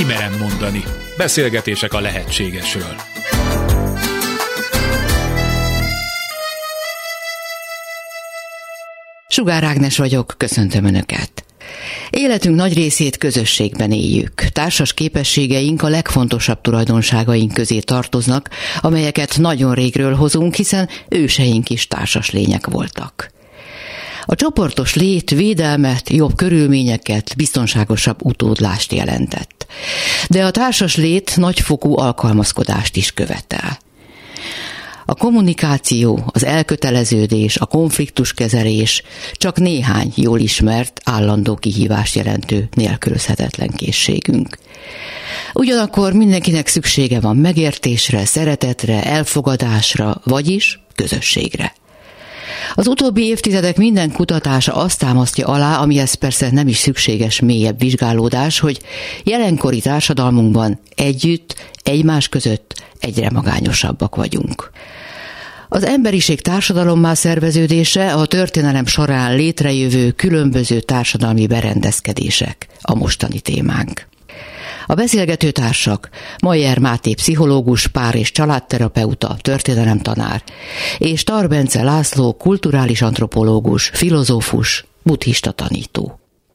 Ki merem mondani. Beszélgetések a lehetségesről. Sugár Ágnes vagyok, köszöntöm Önöket. Életünk nagy részét közösségben éljük. Társas képességeink a legfontosabb tulajdonságaink közé tartoznak, amelyeket nagyon régről hozunk, hiszen őseink is társas lények voltak. A csoportos lét védelmet, jobb körülményeket, biztonságosabb utódlást jelentett. De a társas lét nagyfokú alkalmazkodást is követel. A kommunikáció, az elköteleződés, a konfliktuskezelés csak néhány jól ismert, állandó kihívást jelentő nélkülözhetetlen készségünk. Ugyanakkor mindenkinek szüksége van megértésre, szeretetre, elfogadásra, vagyis közösségre. Az utóbbi évtizedek minden kutatása azt támasztja alá, amihez persze nem is szükséges mélyebb vizsgálódás, hogy jelenkori társadalmunkban együtt, egymás között egyre magányosabbak vagyunk. Az emberiség társadalommá szerveződése, a történelem során létrejövő különböző társadalmi berendezkedések a mostani témánk. A beszélgető társak Mayer Máté pszichológus, pár- és családterapeuta, történelemtanár, és Tar Bence László kulturális antropológus, filozófus, buddhista tanító.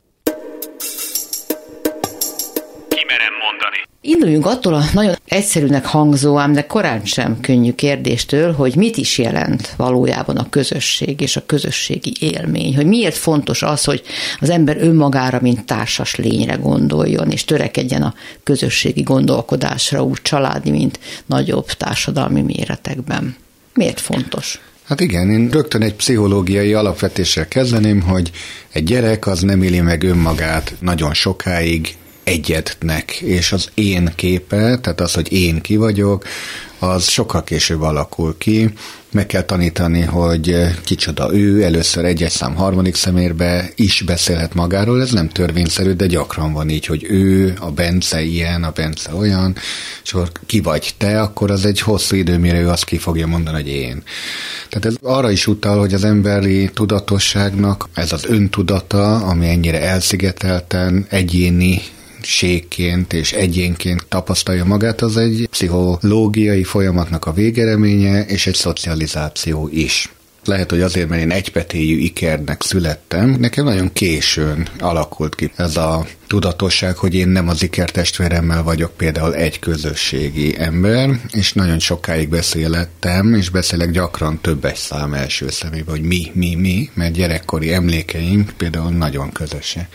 Induljunk attól a nagyon egyszerűnek hangzó, ám de korán sem könnyű kérdéstől, hogy mit is jelent valójában a közösség és a közösségi élmény, hogy miért fontos az, hogy az ember önmagára, mint társas lényre gondoljon, és törekedjen a közösségi gondolkodásra úgy családi, mint nagyobb társadalmi méretekben. Miért fontos? Hát igen, én rögtön egy pszichológiai alapvetéssel kezdeném, hogy egy gyerek az nem éli meg önmagát nagyon sokáig egyednek, és az én képe, tehát az, hogy én ki vagyok, az sokkal később alakul ki. Meg kell tanítani, hogy kicsoda ő, először egy-egy szám harmadik szemérbe is beszélhet magáról, ez nem törvényszerű, de gyakran van így, hogy ő, a Bence ilyen, a Bence olyan, és akkor ki vagy te, akkor az egy hosszú idő, mire ő azt ki fogja mondani, hogy én. Tehát ez arra is utal, hogy az emberi tudatosságnak ez az öntudata, ami ennyire elszigetelten, egyéni ségként és egyénként tapasztalja magát, az egy pszichológiai folyamatnak a végeredménye, és egy szocializáció is. Lehet, hogy azért, mert én egypetéjű ikernek születtem, nekem nagyon későn alakult ki ez a tudatosság, hogy én nem az ikertestvéremmel vagyok például egy közösségi ember, és nagyon sokáig beszélettem, és beszélek gyakran többes szám első szemébe, hogy mi, mert gyerekkori emlékeink például nagyon közösek.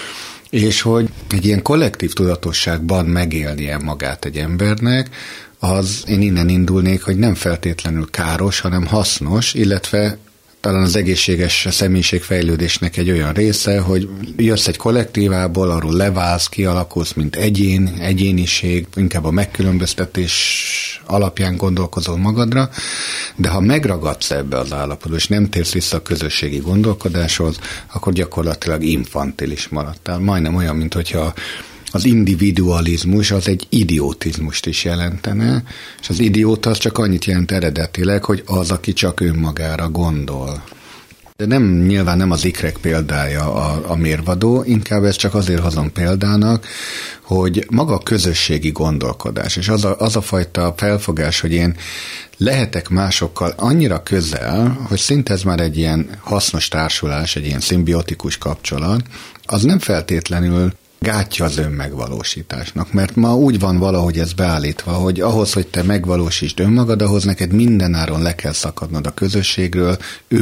És hogy egy ilyen kollektív tudatosságban megélnie magát egy embernek, az én innen indulnék, hogy nem feltétlenül káros, hanem hasznos, illetve talán az egészséges személyiségfejlődésnek egy olyan része, hogy jössz egy kollektívából, arról leválsz, kialakulsz, mint egyéniség, inkább a megkülönböztetés alapján gondolkozol magadra, de ha megragadsz ebbe az állapotba, és nem térsz vissza a közösségi gondolkodáshoz, akkor gyakorlatilag infantilis maradtál. Majdnem olyan, mint hogyha az individualizmus az egy idiotizmust is jelentene, és az idióta az csak annyit jelent eredetileg, hogy az, aki csak önmagára gondol. De nyilván nem az ikrek példája a mérvadó, inkább ezt csak azért hozom példának, hogy maga a közösségi gondolkodás, és az a fajta felfogás, hogy én lehetek másokkal annyira közel, hogy szinte ez már egy ilyen hasznos társulás, egy ilyen szimbiotikus kapcsolat, az nem feltétlenül gátja az önmegvalósításnak, mert ma úgy van valahogy ez beállítva, hogy ahhoz, hogy te megvalósítsd önmagad, ahhoz neked mindenáron le kell szakadnod a közösségről,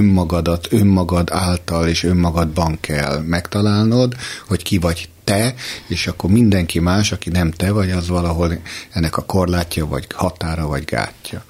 önmagad által és önmagadban kell megtalálnod, hogy ki vagy te, és akkor mindenki más, aki nem te vagy, az valahol ennek a korlátja, vagy határa, vagy gátja.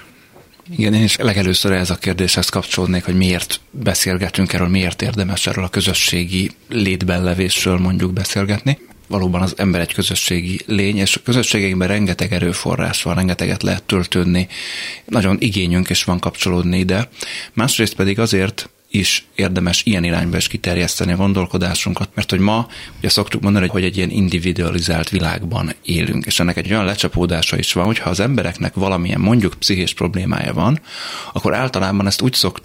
Igen, én is legelőször ez a kérdéshez kapcsolódnék, hogy miért beszélgetünk erről, miért érdemes erről a közösségi létben levésről mondjuk beszélgetni. Valóban az ember egy közösségi lény, és a közösségekben rengeteg erőforrás van, rengeteget lehet töltődni, nagyon igényünk is van kapcsolódni ide. Másrészt pedig azért is érdemes ilyen irányba is kiterjeszteni a gondolkodásunkat, mert hogy ma ugye szoktuk mondani, hogy egy ilyen individualizált világban élünk, és ennek egy olyan lecsapódása is van, hogyha az embereknek valamilyen mondjuk pszichés problémája van, akkor általában ezt úgy szoktuk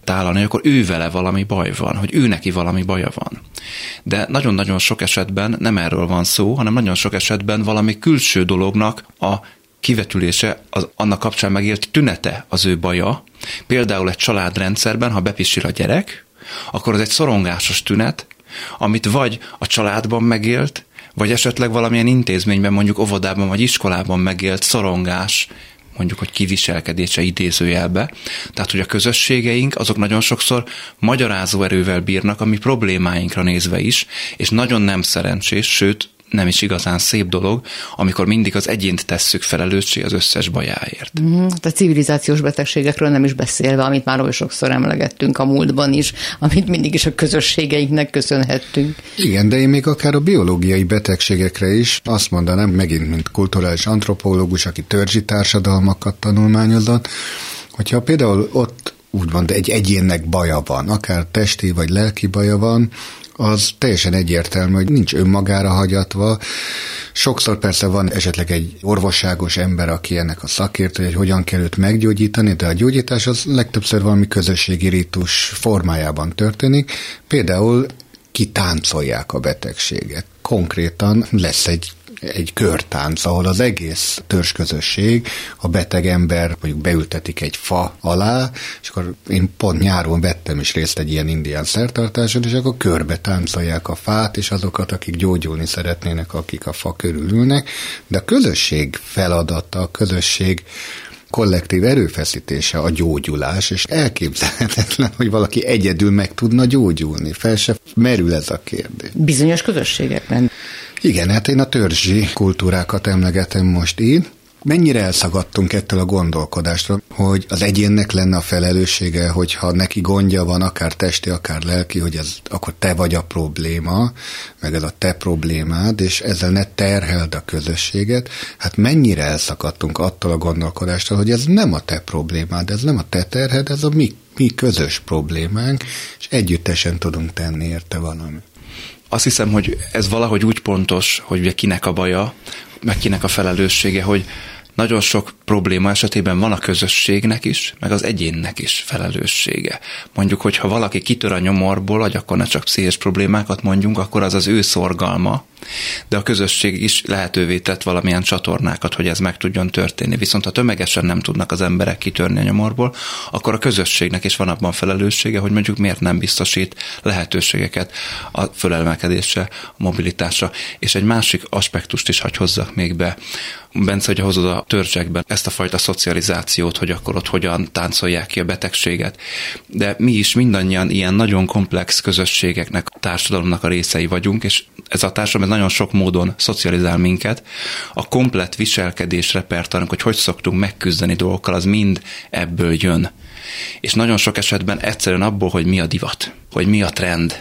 tálalni, hogy akkor ő vele valami baj van, hogy ő neki valami baja van. De nagyon-nagyon sok esetben nem erről van szó, hanem nagyon sok esetben valami külső dolognak a kivetülése, annak kapcsán megélt tünete az ő baja. Például egy családrendszerben, ha bepisil a gyerek, akkor az egy szorongásos tünet, amit vagy a családban megélt, vagy esetleg valamilyen intézményben, mondjuk óvodában vagy iskolában megélt szorongás, mondjuk, hogy kiviselkedése idézőjelbe. Tehát, hogy a közösségeink azok nagyon sokszor magyarázó erővel bírnak a mi problémáinkra nézve is, és nagyon nem szerencsés, sőt, nem is igazán szép dolog, amikor mindig az egyént tesszük felelőssé az összes bajáért. A civilizációs betegségekről nem is beszélve, amit már oly sokszor emlegettünk a múltban is, amit mindig is a közösségeinknek köszönhettünk. Igen, de én még akár a biológiai betegségekre is azt mondanám, megint mint kulturális antropológus, aki törzsi társadalmakat tanulmányozott, hogyha például ott úgymond egy egyénnek baja van, akár testi vagy lelki baja van, az teljesen egyértelmű, hogy nincs önmagára hagyatva. Sokszor persze van esetleg egy orvosságos ember, aki ennek a szakértő, hogy hogyan kell őt meggyógyítani, de a gyógyítás az legtöbbször valami közösségi ritus formájában történik. Például kitáncolják a betegséget. Konkrétan lesz egy körtánc, ahol az egész törzsközösség, a beteg ember mondjuk beültetik egy fa alá, és akkor én pont nyáron vettem is részt egy ilyen indián szertartáson, és akkor körbe táncolják a fát, és azokat, akik gyógyulni szeretnének, akik a fa körül ülnek, de a közösség feladata, a közösség kollektív erőfeszítése a gyógyulás, és elképzelhetetlen, hogy valaki egyedül meg tudna gyógyulni. Fel se merül ez a kérdés. Bizonyos közösségekben. Igen, hát én a törzsi kultúrákat emlegetem most így. Mennyire elszagadtunk ettől a gondolkodástól, hogy az egyénnek lenne a felelőssége, hogyha neki gondja van, akár testi, akár lelki, hogy ez akkor te vagy a probléma, meg ez a te problémád, és ezzel ne terheld a közösséget. Hát mennyire elszakadtunk attól a gondolkodástól, hogy ez nem a te problémád, ez nem a te terhed, ez a mi közös problémánk, és együttesen tudunk tenni érte valami. Azt hiszem, hogy ez valahogy úgy pontos, hogy ugye kinek a baja, meg kinek a felelőssége, hogy nagyon sok probléma esetében van a közösségnek is, meg az egyénnek is felelőssége. Mondjuk, hogyha valaki kitör a nyomorból, vagy akkor ne csak pszichés problémákat mondjunk, akkor az az ő szorgalma, de a közösség is lehetővé tett valamilyen csatornákat, hogy ez meg tudjon történni. Viszont ha tömegesen nem tudnak az emberek kitörni a nyomorból, akkor a közösségnek is van abban felelőssége, hogy mondjuk miért nem biztosít lehetőségeket a fölemelkedésre, a mobilitásra. És egy másik aspektust is hagy hozzak még be. Bence, hogy hozod a törzsekben ezt a fajta szocializációt, hogy akkor ott hogyan táncolják ki a betegséget. De mi is mindannyian ilyen nagyon komplex közösségeknek, a társadalomnak a részei vagyunk, és ez a társadalom nagyon sok módon szocializál minket. A komplett viselkedés repertoárunk, hogy szoktunk megküzdeni dolgokkal, az mind ebből jön. És nagyon sok esetben egyszerűen abból, hogy mi a divat, hogy mi a trend.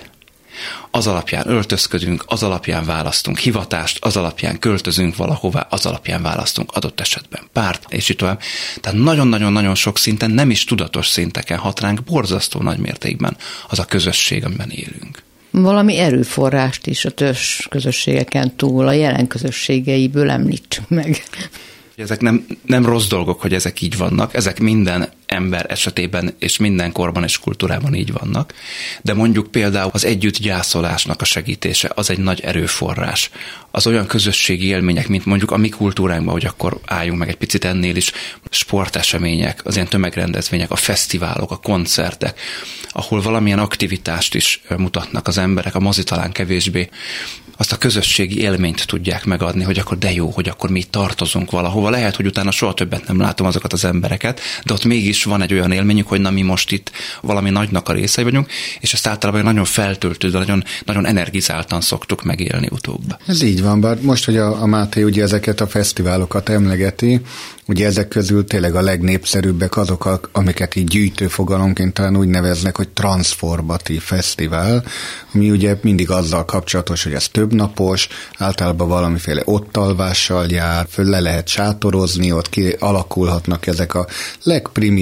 Az alapján öltözködünk, az alapján választunk hivatást, az alapján költözünk valahová, az alapján választunk adott esetben párt, és így tovább. Tehát nagyon-nagyon-nagyon sok szinten, nem is tudatos szinteken hat ránk borzasztó nagy mértékben az a közösség, amiben élünk. Valami erőforrást is a törzs közösségeken túl, a jelen közösségeiből említsük meg. Ezek nem rossz dolgok, hogy ezek így vannak, ezek minden ember esetében és minden korban és kultúrában így vannak, de mondjuk például az együttgyászolásnak a segítése, az egy nagy erőforrás. Az olyan közösségi élmények, mint mondjuk a mi kultúránkban, hogy akkor álljunk meg egy picit ennél is, sportesemények, az ilyen tömegrendezvények, a fesztiválok, a koncertek, ahol valamilyen aktivitást is mutatnak az emberek, a mozi talán kevésbé, azt a közösségi élményt tudják megadni, hogy akkor de jó, hogy akkor mi tartozunk valahova. Lehet, hogy utána soha többet nem látom azokat az embereket, de ott mégis van egy olyan élményük, hogy na mi most itt valami nagynak a részei vagyunk, és ezt általában nagyon feltöltődve, nagyon, nagyon energizáltan szoktuk megélni utóbb. Ez így van, bár most, hogy a Máté ugye ezeket a fesztiválokat emlegeti, ugye ezek közül tényleg a legnépszerűbbek azok, amiket így gyűjtőfogalomként talán úgy neveznek, hogy transformatív fesztivál, ami ugye mindig azzal kapcsolatos, hogy ez több napos, általában valamiféle ottalvással jár, föl le lehet sátorozni, ott alakulhatnak ezek a legprimitív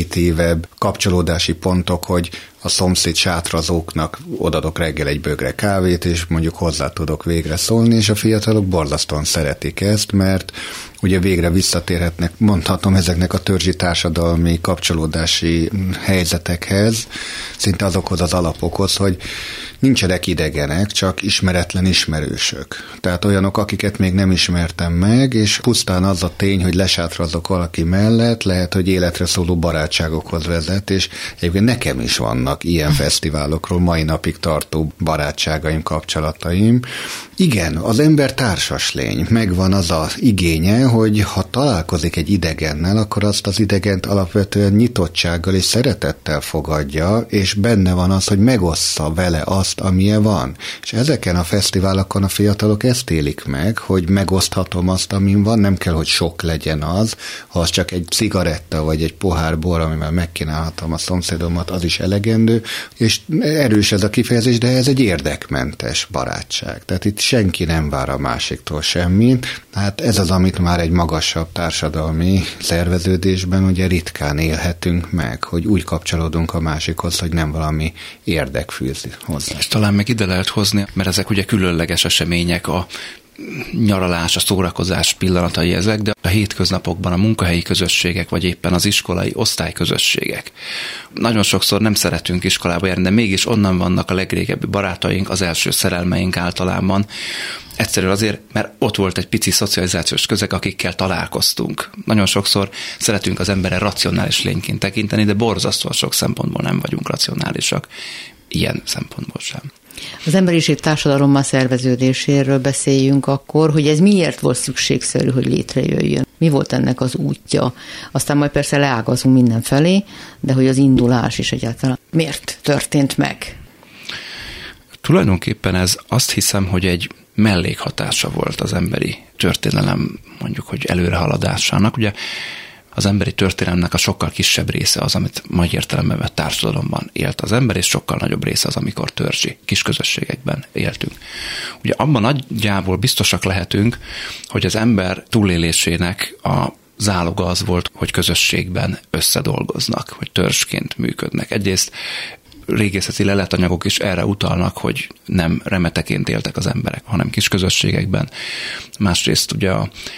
primitívebb kapcsolódási pontok, hogy a szomszéd sátrazóknak odadok reggel egy bögre kávét, és mondjuk hozzá tudok végre szólni, és a fiatalok borzasztóan szeretik ezt, mert ugye végre visszatérhetnek, mondhatom, ezeknek a törzsi társadalmi kapcsolódási helyzetekhez, szinte azokhoz az alapokhoz, hogy nincsenek idegenek, csak ismeretlen ismerősök. Tehát olyanok, akiket még nem ismertem meg, és pusztán az a tény, hogy lesátrazok valaki mellett, lehet, hogy életre szóló barátságokhoz vezet, és egyébként nekem is vannak ilyen fesztiválokról mai napig tartó barátságaim, kapcsolataim. Igen, az ember társas lény, megvan az az igénye, hogy ha találkozik egy idegennel, akkor azt az idegent alapvetően nyitottsággal és szeretettel fogadja, és benne van az, hogy megossza vele azt, amilyen van. És ezeken a fesztiválokon a fiatalok ezt élik meg, hogy megoszthatom azt, amin van, nem kell, hogy sok legyen az, ha az csak egy cigaretta vagy egy pohár bor, amivel megkínálhatom a szomszédomat, az is elegendő, és erős ez a kifejezés, de ez egy érdekmentes barátság. Tehát itt senki nem vár a másiktól semmit. Hát ez az, amit már egy magasabb társadalmi szerveződésben ugye ritkán élhetünk meg, hogy úgy kapcsolódunk a másikhoz, hogy nem valami érdek fűzi hozzá. És talán meg ide lehet hozni, mert ezek ugye különleges események, a nyaralás, a szórakozás pillanatai ezek, de a hétköznapokban a munkahelyi közösségek, vagy éppen az iskolai osztályközösségek. Nagyon sokszor nem szeretünk iskolába járni, de mégis onnan vannak a legrégebbi barátaink, az első szerelmeink általában. Egyszerűen azért, mert ott volt egy pici szocializációs közeg, akikkel találkoztunk. Nagyon sokszor szeretünk az emberre racionális lényként tekinteni, de borzasztóan sok szempontból nem vagyunk racionálisak. Ilyen szempontból sem. Az emberiség társadalommal szerveződéséről beszéljünk akkor, hogy ez miért volt szükségszerű, hogy létrejöjjön. Mi volt ennek az útja? Aztán majd persze leágazunk mindenfelé, de hogy az indulás is egyáltalán miért történt meg? Tulajdonképpen ez azt hiszem, hogy egy mellékhatása volt az emberi történelem, mondjuk, hogy előrehaladásának. Ugye az emberi történelemnek a sokkal kisebb része az, amit mai értelemben vett társadalomban élt az ember, és sokkal nagyobb része az, amikor törzsi kis közösségekben éltünk. Ugye abban nagyjából biztosak lehetünk, hogy az ember túlélésének a záloga az volt, hogy közösségben összedolgoznak, hogy törzsként működnek. Egyrészt régészeti leletanyagok is erre utalnak, hogy nem remeteként éltek az emberek, hanem kis közösségekben. Másrészt ugye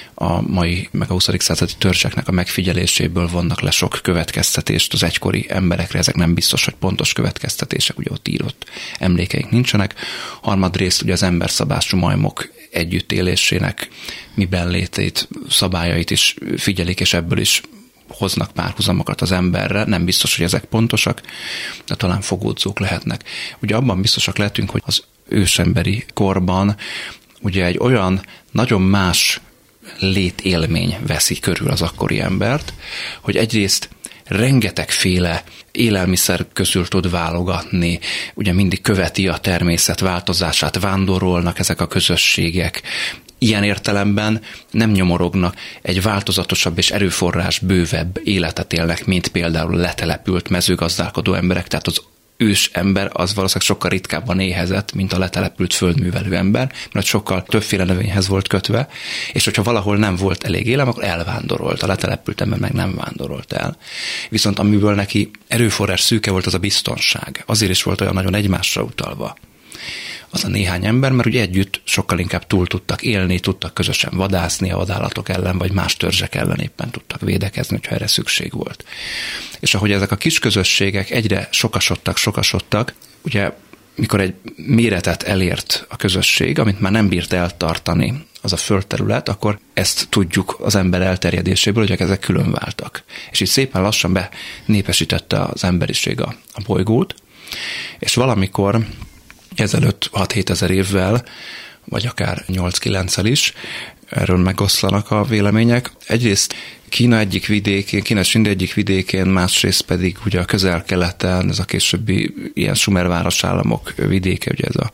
a mai, meg a 20. századi törzseknek a megfigyeléséből vannak le sok következtetést az egykori emberekre, ezek nem biztos, hogy pontos következtetések, ugye ott írott emlékeink nincsenek. Harmadrészt ugye az emberszabású majmok együttélésének miben létét, szabályait is figyelik, és ebből is hoznak párhuzamokat az emberre, nem biztos, hogy ezek pontosak, de talán fogódzók lehetnek. Ugye abban biztosak lehetünk, hogy az ősemberi korban ugye egy olyan nagyon más létélmény veszi körül az akkori embert, hogy egyrészt rengetegféle élelmiszer közül tud válogatni, ugye mindig követi a természet változását, vándorolnak ezek a közösségek, ilyen értelemben nem nyomorognak, egy változatosabb és erőforrás bővebb életet élnek, mint például letelepült mezőgazdálkodó emberek, tehát az ős ember az valószínűleg sokkal ritkábban éhezett, mint a letelepült földművelő ember, mert sokkal többféle növényhez volt kötve, és hogyha valahol nem volt elég élelem, akkor elvándorolt, a letelepült ember meg nem vándorolt el. Viszont amiből neki erőforrás szűke volt, az a biztonság. Azért is volt olyan nagyon egymásra utalva az a néhány ember, mert ugye együtt sokkal inkább túl tudtak élni, tudtak közösen vadászni a vadállatok ellen, vagy más törzsek ellen éppen tudtak védekezni, hogyha erre szükség volt. És ahogy ezek a kis közösségek egyre sokasodtak, ugye mikor egy méretet elért a közösség, amit már nem bírt eltartani az a földterület, akkor ezt tudjuk az ember elterjedéséből, hogy ezek külön váltak. És így szépen lassan benépesítette az emberiség a bolygót, és valamikor ezelőtt 6-7 ezer évvel, vagy akár 8-9-el is, erről megoszlanak a vélemények. Egyrészt Kína egyik vidékén, Kína és India egyik vidékén, másrészt pedig ugye a közel-keleten, ez a későbbi ilyen Sumer városállamok vidéke, ugye ez a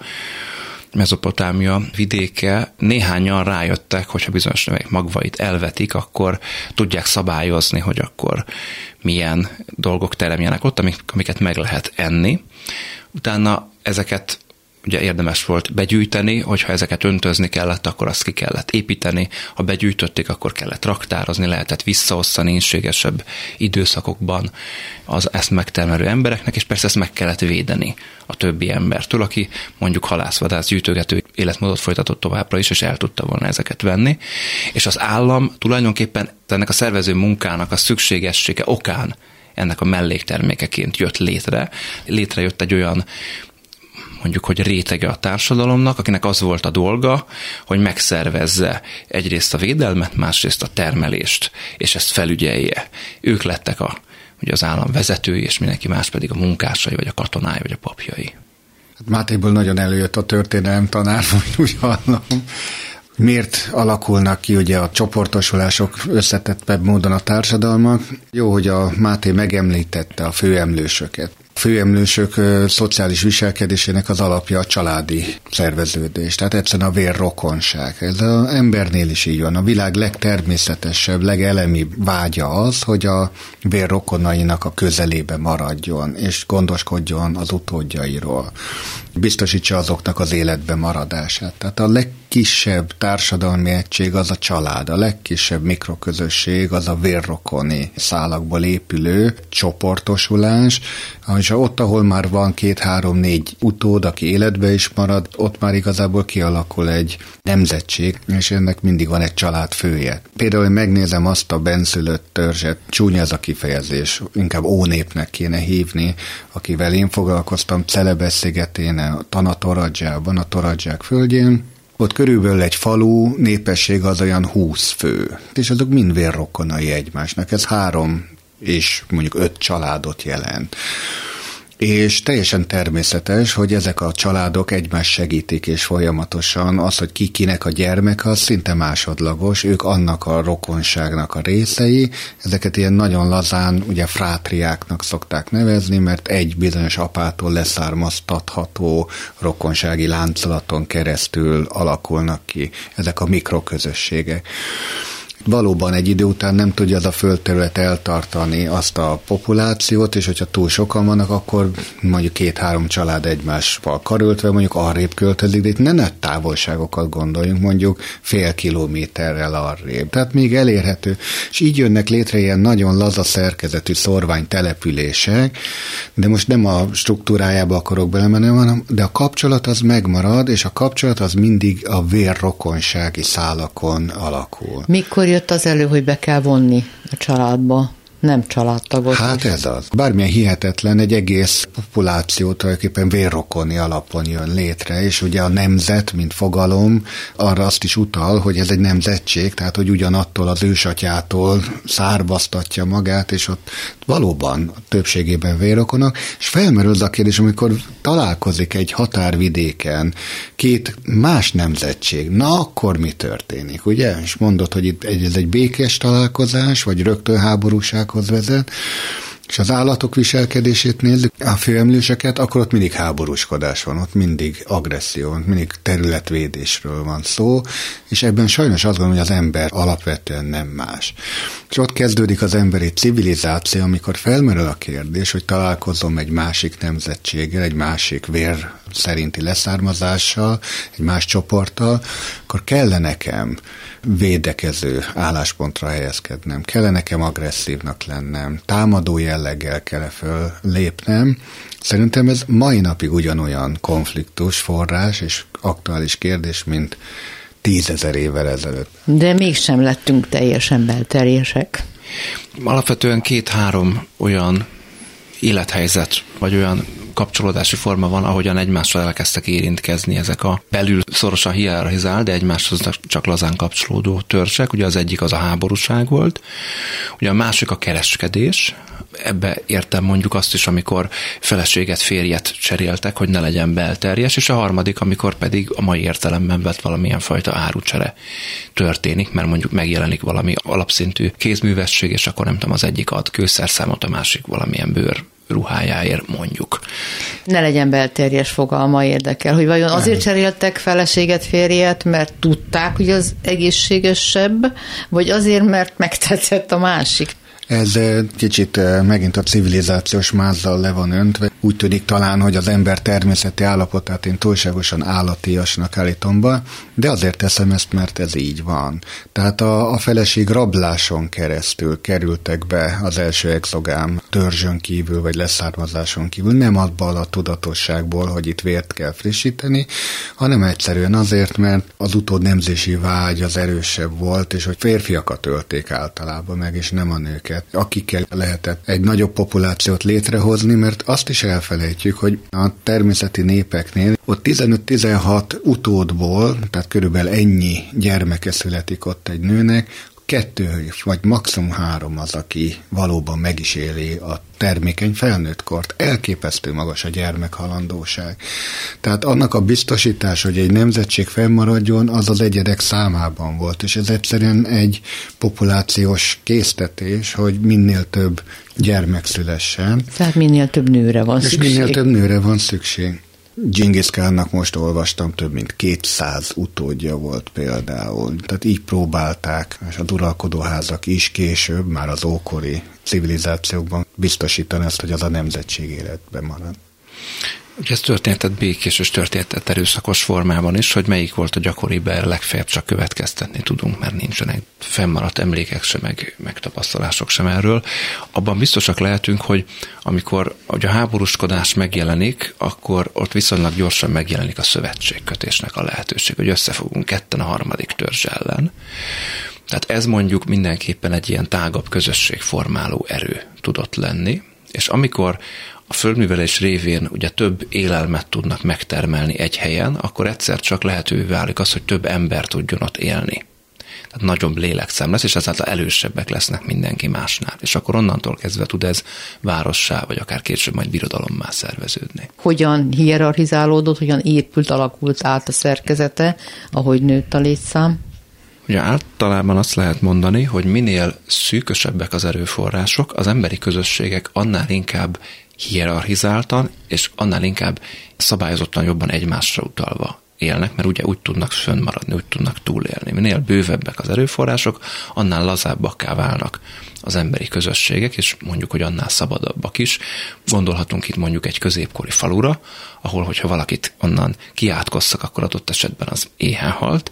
Mezopotámia vidéke, néhányan rájöttek, hogyha bizonyos növények magvait elvetik, akkor tudják szabályozni, hogy akkor milyen dolgok teremjenek ott, amiket meg lehet enni. Utána ezeket ugye érdemes volt begyűjteni, hogyha ezeket öntözni kellett, akkor azt ki kellett építeni, ha begyűjtötték, akkor kellett raktározni, lehetett visszaosztani ínségesebb időszakokban ezt megtermelő embereknek, és persze ezt meg kellett védeni a többi embertől, aki mondjuk halászvadász gyűjtögető életmódot folytatott továbbra is, és el tudta volna ezeket venni. És az állam tulajdonképpen ennek a szervező munkának a szükségessége okán ennek a melléktermékeként jött létre. Létrejött egy olyan, mondjuk, hogy rétege a társadalomnak, akinek az volt a dolga, hogy megszervezze egyrészt a védelmet, másrészt a termelést, és ezt felügyelje. Ők lettek ugye az állam vezetői, és mindenki más pedig a munkásai, vagy a katonái, vagy a papjai. Mátéból nagyon előjött a történelem tanár, úgy hallom. Miért alakulnak ki ugye a csoportosulások összetettebb módon a társadalmak? Jó, hogy a Máté megemlítette a főemlősöket. A főemlősök szociális viselkedésének az alapja a családi szerveződés, tehát egyszerűen a vérrokonság. Ez az embernél is így van. A világ legtermészetesebb, legelemibb vágya az, hogy a vérrokonainak a közelébe maradjon, és gondoskodjon az utódjairól. Biztosítsa azoknak az életbe maradását. Tehát a legkisebb társadalmi egység az a család, a legkisebb mikroközösség az a vérrokoni szálakból épülő csoportosulás, és ott, ahol már van 2-3-4 utód, aki életbe is marad, ott már igazából kialakul egy nemzetség, és ennek mindig van egy családfője. Például én megnézem azt a benszülött törzset, csúnya ez a kifejezés, inkább ónépnek kéne hívni, akivel én foglalkoztam Celebesz-szigetén, a Tana-Toradzsában, a Toradzsák földjén. Ott körülbelül egy falu népesség az olyan 20 fő, és azok mind vérrokonai egymásnak. Ez 3 és mondjuk 5 családot jelent. És teljesen természetes, hogy ezek a családok egymást segítik, és folyamatosan az, hogy ki kinek a gyermek, az szinte másodlagos, ők annak a rokonságnak a részei, ezeket ilyen nagyon lazán, ugye frátriáknak szokták nevezni, mert egy bizonyos apától leszármaztatható rokonsági láncolaton keresztül alakulnak ki ezek a mikroközösségek. Valóban egy idő után nem tudja az a földterület eltartani azt a populációt, és hogyha túl sokan vannak, akkor mondjuk 2-3 család egymással karöltve mondjuk arrébb költözik, de itt ne nagy távolságokat gondoljunk, mondjuk fél kilométerrel arrébb. Tehát még elérhető. És így jönnek létre ilyen nagyon laza szerkezetű szorványtelepülések, de most nem a struktúrájába akarok belemenni, de a kapcsolat az megmarad, és a kapcsolat az mindig a vérrokonsági szálakon alakul. Mikor jött az elő, hogy be kell vonni a családba? Nem családtagot. Hát ez az. Bármilyen hihetetlen, egy egész populáció tulajdonképpen vérrokoni alapon jön létre, és ugye a nemzet, mint fogalom, arra azt is utal, hogy ez egy nemzetség, tehát hogy ugyanattól az ősatyától származtatja magát, és ott valóban többségében vérrokonok, és felmerül az a kérdés, amikor találkozik egy határvidéken 2 más nemzetség, na akkor mi történik, ugye? És mondod, hogy itt ez egy békés találkozás, vagy rögtön háborúsághoz vezet, és az állatok viselkedését nézzük, a főemlőseket, akkor ott mindig háborúskodás van, ott mindig agresszió, mindig területvédésről van szó, és ebben sajnos azt gondolom, hogy az ember alapvetően nem más. És ott kezdődik az emberi civilizáció, amikor felmerül a kérdés, hogy találkozom egy másik nemzetséggel, egy másik vér szerinti leszármazással, egy más csoporttal, akkor kell nekem védekező álláspontra helyezkednem, kell nekem agresszívnak lennem, támadó jelleggel kell föllépnem. Szerintem ez mai napig ugyanolyan konfliktus, forrás és aktuális kérdés, mint 10 000 évvel ezelőtt. De mégsem lettünk teljesen belterjesek. Alapvetően 2-3 olyan élethelyzet, vagy olyan kapcsolódási forma van, ahogyan egymással elkezdtek érintkezni ezek a belül szorosan hierarchizált, de egymáshoz csak lazán kapcsolódó törzsek. Ugye az egyik az a háborúság volt, ugye a másik a kereskedés. Ebbe értem mondjuk azt is, amikor feleséget, férjet cseréltek, hogy ne legyen belterjes, és a harmadik, amikor pedig a mai értelemben vett valamilyen fajta árucsere történik, mert mondjuk megjelenik valami alapszintű kézművesség, és akkor nem tudom, az egyik ad kőszerszámot, a másik valamilyen bőr ruhájáért mondjuk. Ne legyen belterjes fogalma érdekel, hogy vajon azért cseréltek feleséget, férjet, mert tudták, hogy az egészségesebb, vagy azért, mert megtetszett a másik? Ez kicsit megint a civilizációs mázzal le van öntve. Úgy tűnik talán, hogy az ember természeti állapotát én túlságosan állatiasnak állítom be, de azért teszem ezt, mert ez így van. Tehát a feleség rabláson keresztül kerültek be az első exogám törzsön kívül, vagy leszármazáson kívül, nem abból a tudatosságból, hogy itt vért kell frissíteni, hanem egyszerűen azért, mert az utódnemzési vágy az erősebb volt, és hogy férfiakat ölték általában meg, és nem a nőket, akikkel lehetett egy nagyobb populációt létrehozni, mert azt is elfelejtjük, hogy a természeti népeknél ott 15-16 utódból, tehát körülbelül ennyi gyermeke születik ott egy nőnek, 2 vagy maximum 3 az, aki valóban meg is éli a termékeny felnőtt kort. Elképesztő magas a gyermekhalandóság. Tehát annak a biztosítás, hogy egy nemzetség fennmaradjon, az az egyedek számában volt, és ez egyszerűen egy populációs késztetés, hogy minél több gyermek szülessen. Tehát minél több nőre van szükség. És minél több nőre van szükség. Dzsingisz Kánnak most olvastam, több mint 200 utódja volt például. Tehát így próbálták, és a uralkodóházak is később, már az ókori civilizációkban biztosítani azt, hogy az a nemzetség életben marad. Ugye ez történhetett békés és történhetett erőszakos formában is, hogy melyik volt a gyakoribb, legfeljebb csak következtetni tudunk, mert nincsenek fennmaradt emlékek sem, meg tapasztalások sem erről. Abban biztosak lehetünk, hogy amikor a háborúskodás megjelenik, akkor ott viszonylag gyorsan megjelenik a szövetségkötésnek a lehetőség, hogy összefogunk ketten a harmadik törzs ellen. Tehát ez mondjuk mindenképpen egy ilyen tágabb közösségformáló erő tudott lenni, és amikor a földművelés révén ugye több élelmet tudnak megtermelni egy helyen, akkor egyszer csak lehetővé válik az, hogy több ember tudjon ott élni. Tehát nagyobb lélekszám lesz, és ezáltal elősebbek lesznek mindenki másnál. És akkor onnantól kezdve tud ez várossá, vagy akár később majd birodalommá szerveződni. Hogyan hierarchizálódott, hogyan épült, alakult át a szerkezete, ahogy nőtt a létszám? Ugye általában azt lehet mondani, hogy minél szűkösebbek az erőforrások, az emberi közösségek annál inkább hierarchizáltan, és annál inkább szabályozottan jobban egymásra utalva élnek, mert ugye úgy tudnak fönnmaradni, úgy tudnak túlélni. Minél bővebbek az erőforrások, annál lazábbakká válnak az emberi közösségek, és mondjuk, hogy annál szabadabbak is. Gondolhatunk itt mondjuk egy középkori falura, ahol, hogyha valakit onnan kiátkozzak, akkor adott esetben az éhen halt,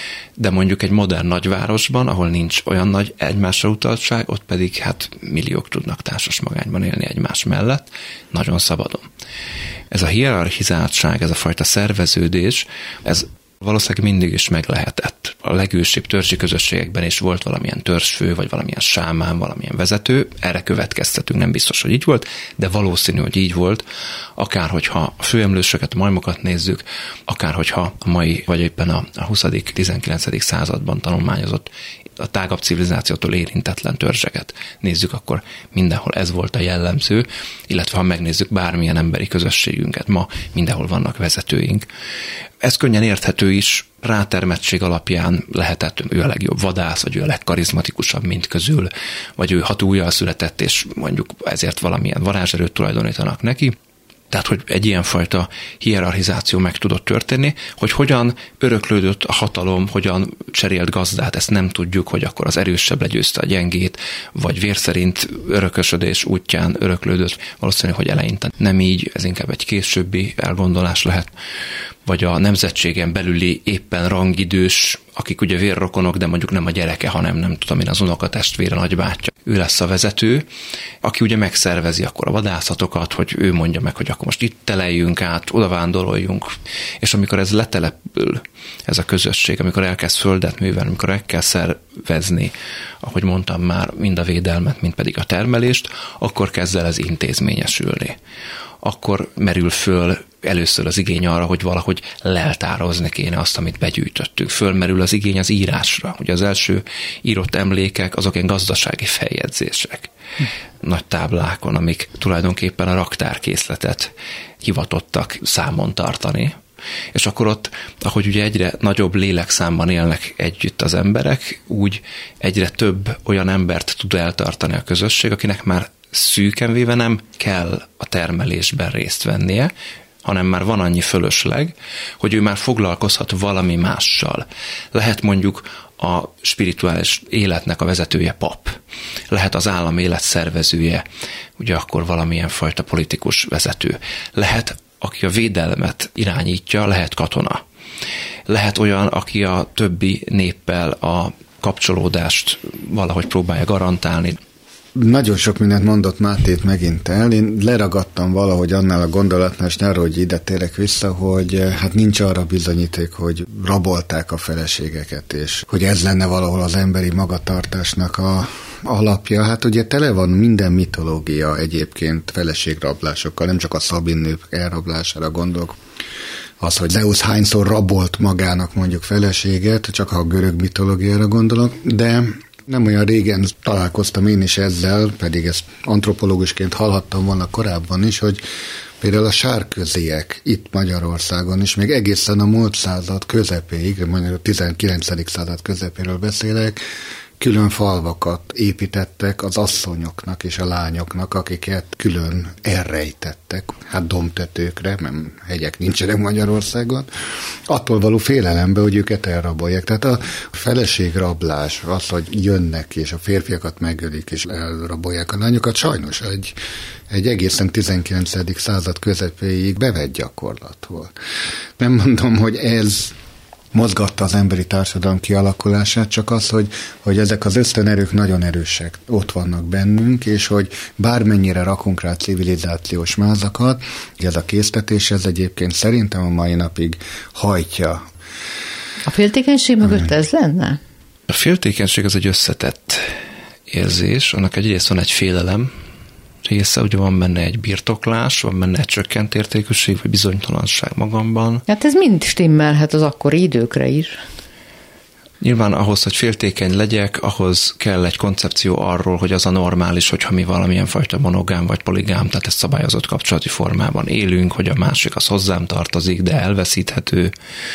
de mondjuk egy modern nagyvárosban, ahol nincs olyan nagy egymásra utaltság, ott pedig hát milliók tudnak társas magányban élni egymás mellett, nagyon szabadon. Ez a hierarchizáltság, ez a fajta szerveződés, ez valószínűleg mindig is meg lehetett. A legősibb törzsi közösségekben is volt valamilyen törzsfő, vagy valamilyen sámán, valamilyen vezető, erre következtetünk, nem biztos, hogy így volt, de valószínű, hogy így volt, akár hogyha a főemlősöket, a majmokat nézzük, akár hogyha a mai, vagy éppen a 20.-19. században tanulmányozott a tágabb civilizációtól érintetlen törzseket nézzük, akkor mindenhol ez volt a jellemző, illetve ha megnézzük bármilyen emberi közösségünket, ma mindenhol vannak vezetőink. Ez könnyen érthető is, rátermettség alapján lehetett, ő a legjobb vadász, vagy ő a legkarizmatikusabb mind közül, vagy ő 6 ujjal született, és mondjuk ezért valamilyen varázserőt tulajdonítanak neki. Tehát, hogy egy ilyenfajta hierarchizáció meg tudott történni, hogy hogyan öröklődött a hatalom, hogyan cserélt gazdát, ezt nem tudjuk, hogy akkor az erősebb legyőzte a gyengét, vagy vérszerint örökösödés útján öröklődött. Valószínű, hogy eleinte nem így, ez inkább egy későbbi elgondolás lehet. Vagy a nemzetségen belüli éppen rangidős, akik ugye vérrokonok, de mondjuk nem a gyereke, hanem nem tudom én, az unokatestvére, nagybátyja. Ő lesz a vezető, aki ugye megszervezi akkor a vadászatokat, hogy ő mondja meg, hogy akkor most itt teleljünk át, odavándoroljunk. És amikor ez letelepül, ez a közösség, amikor elkezd földet művelni, amikor el kell szervezni, ahogy mondtam már, mind a védelmet, mind pedig a termelést, akkor kezd el ez intézményesülni. Akkor merül föl először az igény arra, hogy valahogy leltározni kéne azt, amit begyűjtöttünk. Fölmerül az igény az írásra. Ugye az első írott emlékek, azok ilyen gazdasági feljegyzések. Nagy táblákon, amik tulajdonképpen a raktárkészletet hivatottak számon tartani. És akkor ott, ahogy ugye egyre nagyobb lélekszámban élnek együtt az emberek, úgy egyre több olyan embert tud eltartani a közösség, akinek már szűken véve nem kell a termelésben részt vennie, hanem már van annyi fölösleg, hogy ő már foglalkozhat valami mással. Lehet mondjuk a spirituális életnek a vezetője pap, lehet az állam élet szervezője, ugye akkor valamilyen fajta politikus vezető, lehet, aki a védelmet irányítja, lehet katona, lehet olyan, aki a többi néppel a kapcsolódást valahogy próbálja garantálni. Nagyon sok mindent mondott Mátét megint el. Én leragadtam valahogy annál a gondolatnál, és ne hogy ide térek vissza, hogy hát nincs arra bizonyíték, hogy rabolták a feleségeket, és hogy ez lenne valahol az emberi magatartásnak a alapja. Hát ugye tele van minden mitológia egyébként feleségrablásokkal, nem csak a szabin nők elrablására gondolok. Az, hogy Zeus hányszor rabolt magának mondjuk feleséget, csak a görög mitológiára gondolok, de nem olyan régen találkoztam én is ezzel, pedig ezt antropológusként hallhattam volna korábban is, hogy például a sárköziek itt Magyarországon is, még egészen a múlt század közepéig, mondjuk a 19. század közepéről beszélek, külön falvakat építettek az asszonyoknak és a lányoknak, akiket külön elrejtettek, hát dombtetőkre, mert hegyek nincsenek Magyarországon, attól való félelembe, hogy őket elrabolják. Tehát a feleségrablás, az, hogy jönnek és a férfiakat megölik és elrabolják a lányokat, sajnos egy egészen 19. század közepéig bevett gyakorlat volt. Nem mondom, hogy ez mozgatta az emberi társadalom kialakulását, csak az, hogy ezek az ösztönerők nagyon erősek, ott vannak bennünk, és hogy bármennyire rakunk rá civilizációs mázakat, ez a késztetés, ez egyébként szerintem a mai napig hajtja. A féltékenység mögött ez lenne? A féltékenység az egy összetett érzés, annak egyrészt van egy félelem része, ugye van benne egy birtoklás, van benne egy csökkent értékűség, vagy bizonytalanság magamban. Hát ez mind stimmelhet az akkori időkre is. Nyilván ahhoz, hogy féltékeny legyek, ahhoz kell egy koncepció arról, hogy az a normális, hogyha mi valamilyen fajta monogám vagy poligám, tehát ezt szabályozott kapcsolati formában élünk, hogy a másik az hozzám tartozik, de elveszíthető.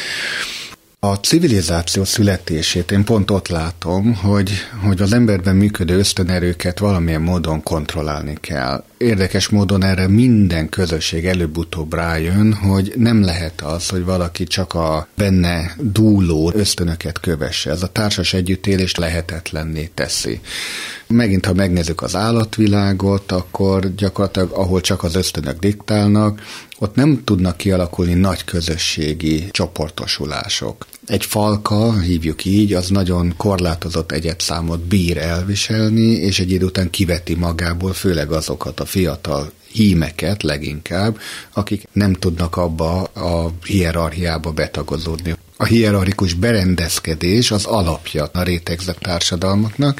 A civilizáció születését én pont ott látom, hogy az emberben működő ösztönerőket valamilyen módon kontrollálni kell. Érdekes módon erre minden közösség előbb-utóbb rájön, hogy nem lehet az, hogy valaki csak a benne dúló ösztönöket kövesse. Ez a társas együttélést lehetetlenné teszi. Megint, ha megnézzük az állatvilágot, akkor gyakorlatilag, ahol csak az ösztönök diktálnak, ott nem tudnak kialakulni nagy közösségi csoportosulások. Egy falka, hívjuk így, az nagyon korlátozott egyedszámot bír elviselni, és egy idő után kiveti magából főleg azokat a fiatal hímeket leginkább, akik nem tudnak abba a hierarchiába betagozódni. A hierarchikus berendezkedés az alapja a rétegzett társadalmaknak,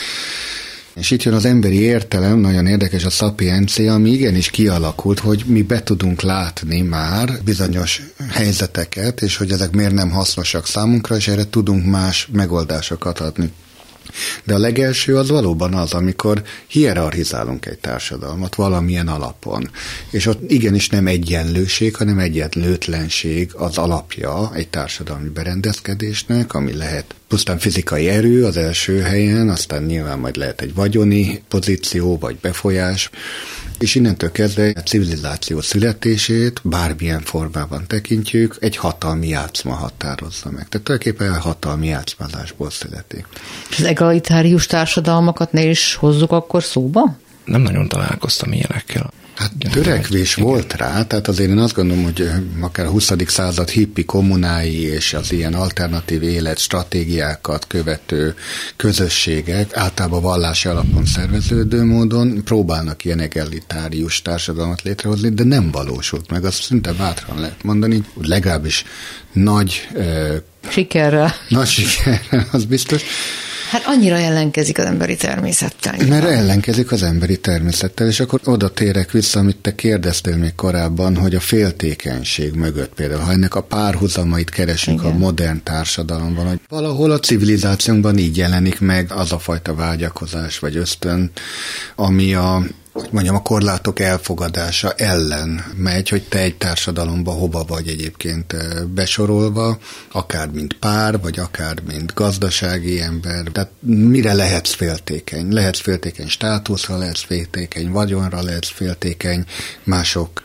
és itt jön az emberi értelem, nagyon érdekes a szapiencia, ami igenis kialakult, hogy mi be tudunk látni már bizonyos helyzeteket, és hogy ezek miért nem hasznosak számunkra, és erre tudunk más megoldásokat adni. De a legelső az valóban az, amikor hierarchizálunk egy társadalmat valamilyen alapon. És ott igenis nem egyenlőség, hanem egyenlőtlenség az alapja egy társadalmi berendezkedésnek, ami lehet pusztán fizikai erő az első helyen, aztán nyilván majd lehet egy vagyoni pozíció vagy befolyás, és innentől kezdve a civilizáció születését bármilyen formában tekintjük, egy hatalmi játszma határozza meg. Tehát tulajdonképpen a hatalmi játszmázásból születik. Az egalitárius társadalmakat ne is hozzuk akkor szóba? Nem nagyon találkoztam ilyenekkel. Hát törekvés volt rá, tehát azért én azt gondolom, hogy akár a 20. század hippi kommunái és az ilyen alternatív élet stratégiákat követő közösségek általában vallási alapon szerveződő módon próbálnak ilyen egalitárius társadalmat létrehozni, de nem valósult meg. Azt szinte bátran lehet mondani, legalábbis nagy sikerrel. Nagy sikerrel, az biztos. Hát annyira ellenkezik az emberi természettel. Mert ellenkezik az emberi természettel, és akkor oda térek vissza, amit te kérdeztél még korábban, hogy a féltékenység mögött például, ha ennek a párhuzamait keresünk igen. A modern társadalomban, hogy valahol a civilizációnkban így jelenik meg az a fajta vágyakozás vagy ösztön, ami a korlátok elfogadása ellen megy, hogy te egy társadalomba hova vagy egyébként besorolva, akár mint pár, vagy akár mint gazdasági ember. Tehát mire lehetsz féltékeny? Lehetsz féltékeny státuszra, lehetsz féltékeny vagyonra, lehetsz féltékeny mások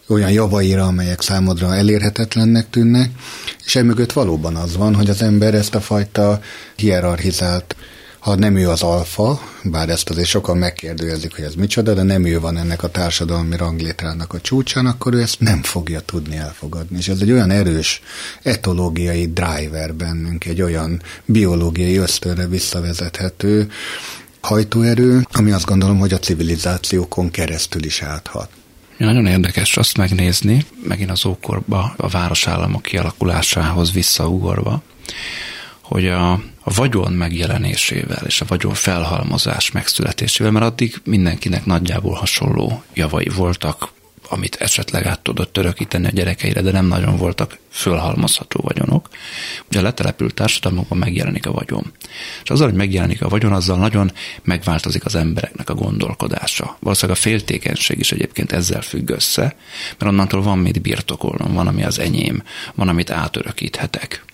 olyan javaira, amelyek számodra elérhetetlennek tűnnek, és emögött valóban az van, hogy az ember ezt a fajta hierarchizált, ha nem ő az alfa, bár ezt azért sokan megkérdőjezik, hogy ez micsoda, de nem ő van ennek a társadalmi ranglétrának a csúcsán, akkor ő ezt nem fogja tudni elfogadni. És ez egy olyan erős etológiai driver bennünk, egy olyan biológiai ösztönre visszavezethető hajtóerő, ami azt gondolom, hogy a civilizációkon keresztül is áthat. Nagyon érdekes azt megnézni, megint az ókorba, a városállamok kialakulásához visszaugorva, hogy a vagyon megjelenésével és a vagyon felhalmozás megszületésével, mert addig mindenkinek nagyjából hasonló javai voltak, amit esetleg át tudott örökíteni a gyerekeire, de nem nagyon voltak fölhalmozható vagyonok. Ugye a letelepült társadalmakban megjelenik a vagyon. És azzal, hogy megjelenik a vagyon, azzal nagyon megváltozik az embereknek a gondolkodása. Valószínűleg a féltékenység is egyébként ezzel függ össze, mert onnantól van mit birtokolnom, van, ami az enyém, van, amit átörökíthetek.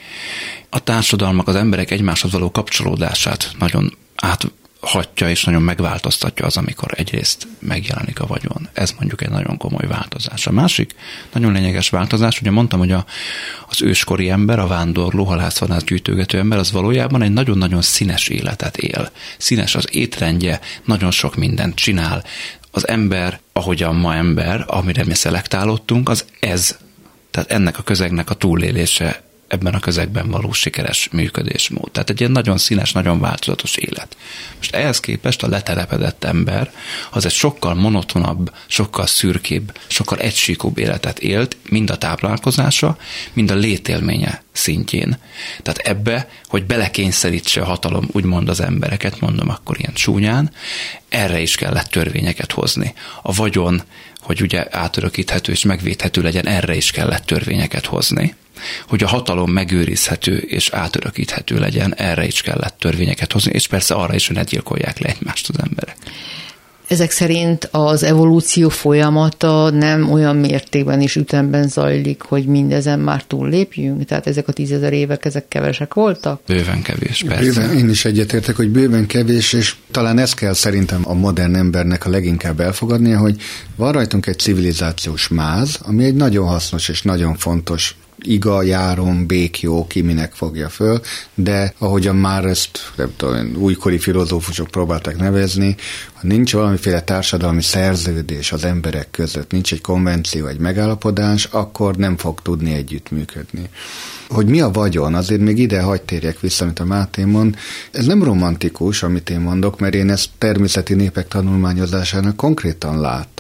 A társadalmak, az emberek egymáshoz való kapcsolódását nagyon áthatja és nagyon megváltoztatja az, amikor egyrészt megjelenik a vagyon. Ez mondjuk egy nagyon komoly változás. A másik nagyon lényeges változás, ugye mondtam, hogy az őskori ember, a vándorló, halász gyűjtögető ember, az valójában egy nagyon-nagyon színes életet él. Színes az étrendje, nagyon sok mindent csinál. Az ember, ahogyan ma ember, amire mi szelektálódtunk, az ez, tehát ennek a közegnek a túlélése, ebben a közegben való sikeres működésmód. Tehát egy ilyen nagyon színes, nagyon változatos élet. Most ehhez képest a letelepedett ember az egy sokkal monotonabb, sokkal szürkébb, sokkal egysíkúbb életet élt, mind a táplálkozása, mind a létélménye szintjén. Tehát ebbe, hogy belekényszerítse a hatalom, úgymond az embereket, mondom akkor ilyen csúnyán, erre is kellett törvényeket hozni. A vagyon, hogy ugye átörökíthető és megvédhető legyen, erre is kellett törvényeket hozni. Hogy a hatalom megőrizhető és átörökíthető legyen, erre is kellett törvényeket hozni, és persze arra is, hogy ne gyilkolják le egymást az emberek. Ezek szerint az evolúció folyamata nem olyan mértékben és ütemben zajlik, hogy mindezen már túllépjünk? Tehát ezek a 10 000 évek, ezek kevesek voltak? Bőven kevés, persze. Bőven, én is egyetértek, hogy bőven kevés, és talán ezt kell szerintem a modern embernek a leginkább elfogadnia, hogy van rajtunk egy civilizációs máz, ami egy nagyon hasznos és nagyon fontos iga, járom, békjó, ki minek fogja föl, de ahogyan már ezt nem tudom, újkori filozófusok próbálták nevezni, ha nincs valamiféle társadalmi szerződés az emberek között, nincs egy konvenció, egy megállapodás, akkor nem fog tudni együttműködni. Hogy mi a vagyon, azért még ide hadd térjek vissza, amit a Máté mond. Ez nem romantikus, amit én mondok, mert én ezt természeti népek tanulmányozásának konkrétan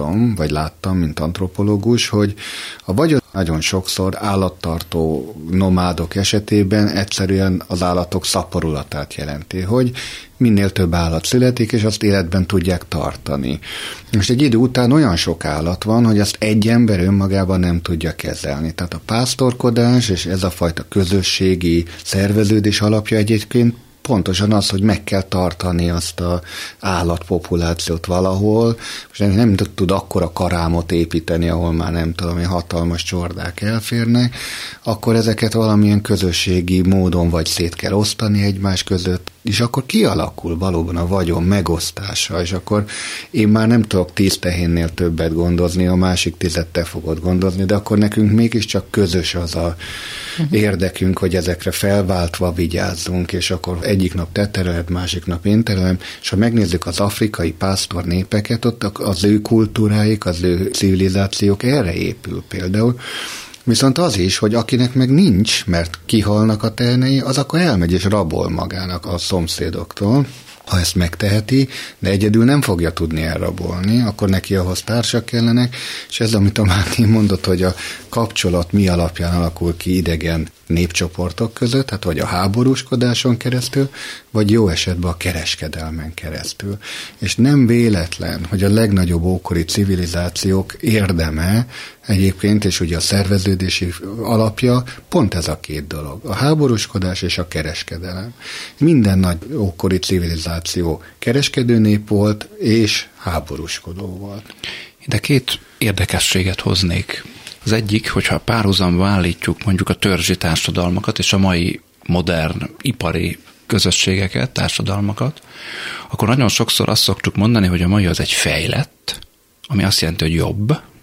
láttam, mint antropológus, hogy a vagyon nagyon sokszor állattartó nomádok esetében egyszerűen az állatok szaporulatát jelenti, hogy minél több állat születik, és azt életben tudják tartani. Most egy idő után olyan sok állat van, hogy azt egy ember önmagában nem tudja kezelni. Tehát a pásztorkodás és ez a fajta közösségi szerveződés alapja egyébként pontosan az, hogy meg kell tartani azt az állatpopulációt valahol, és nem tud akkora karámot építeni, ahol már nem tudom, hogy hatalmas csordák elférnek, akkor ezeket valamilyen közösségi módon vagy szét kell osztani egymás között, és akkor kialakul valóban a vagyon megosztása, és akkor én már nem tudok 10 tehénnél többet gondozni, a másik 10 te fogod gondozni, de akkor nekünk mégiscsak közös az a érdekünk, hogy ezekre felváltva vigyázzunk, és akkor egyik nap te tereled, másik nap én terelem, és ha megnézzük az afrikai pásztor népeket, ott az ő kultúráik, az ő civilizációk erre épül például. Viszont az is, hogy akinek meg nincs, mert kihalnak a tehernei, az akkor elmegy és rabol magának a szomszédoktól, ha ezt megteheti, de egyedül nem fogja tudni elrabolni, akkor neki ahhoz társak kellenek, és ez, amit a Máté mondott, hogy a kapcsolat mi alapján alakul ki idegen népcsoportok között, hát vagy a háborúskodáson keresztül, vagy jó esetben a kereskedelmen keresztül. És nem véletlen, hogy a legnagyobb ókori civilizációk érdeme egyébként, és ugye a szerveződési alapja pont ez a két dolog. A háborúskodás és a kereskedelem. Minden nagy ókori civilizáció kereskedő nép volt, és háborúskodó volt. De 2 érdekességet hoznék. Az egyik, hogyha párhuzamba állítjuk mondjuk a törzsi társadalmakat és a mai modern ipari közösségeket, társadalmakat, akkor nagyon sokszor azt szoktuk mondani, hogy a mai az egy fejlett, ami azt jelenti, hogy jobb,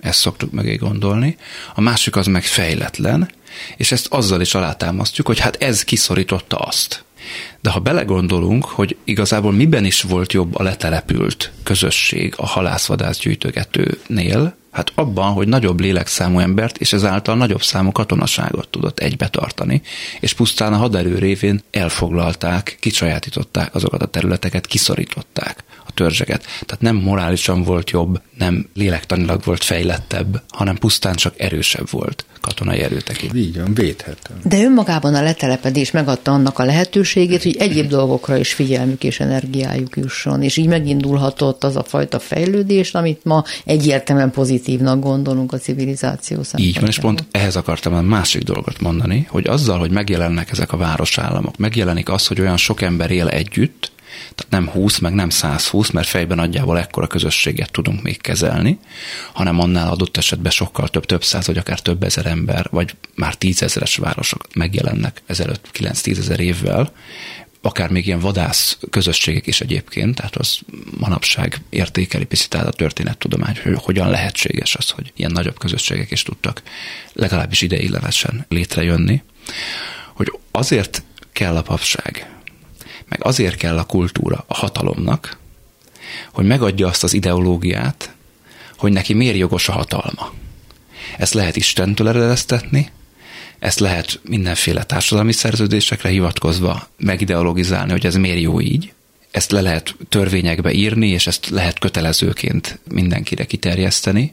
ezt szoktuk mögé gondolni, a másik az meg fejletlen, és ezt azzal is alátámasztjuk, hogy hát ez kiszorította azt. De ha belegondolunk, hogy igazából miben is volt jobb a letelepült közösség a halászvadász gyűjtögetőnél, hát abban, hogy nagyobb lélekszámú embert és ezáltal nagyobb számú katonaságot tudott egybe tartani, és pusztán a haderő révén elfoglalták, kicsajátították azokat a területeket, kiszorították a törzseket. Tehát nem morálisan volt jobb, nem lélektanilag volt fejlettebb, hanem pusztán csak erősebb volt katonai erőtekintve. Így van, védhető. De önmagában a letelepedés megadta annak a lehetőségét, hogy egyéb dolgokra is figyelmük és energiájuk jusson, és így megindulhatott az a fajta fejlődés, amit ma egyértelműen pozitívnak gondolunk a civilizáció szempontjából. Így van, és pont ehhez akartam a másik dolgot mondani, hogy azzal, hogy megjelennek ezek a városállamok, megjelenik az, hogy olyan sok ember él együtt, tehát nem 20, meg nem 120, mert fejben nagyjából ekkora közösséget tudunk még kezelni, hanem annál adott esetben sokkal több száz, vagy akár több ezer ember, vagy már 10 000-es városok megjelennek ezelőtt 9-10 ezer évvel, akár még ilyen vadász közösségek is egyébként, tehát az manapság értékeli picit a történettudomány, hogy hogyan lehetséges az, hogy ilyen nagyobb közösségek is tudtak legalábbis ideiglenesen létrejönni, hogy azért kell a papság, meg azért kell a kultúra a hatalomnak, hogy megadja azt az ideológiát, hogy neki miért jogos a hatalma. Ezt lehet Istentől eredeztetni, ezt lehet mindenféle társadalmi szerződésekre hivatkozva megideologizálni, hogy ez miért jó így. Ezt le lehet törvényekbe írni, és ezt lehet kötelezőként mindenkire kiterjeszteni.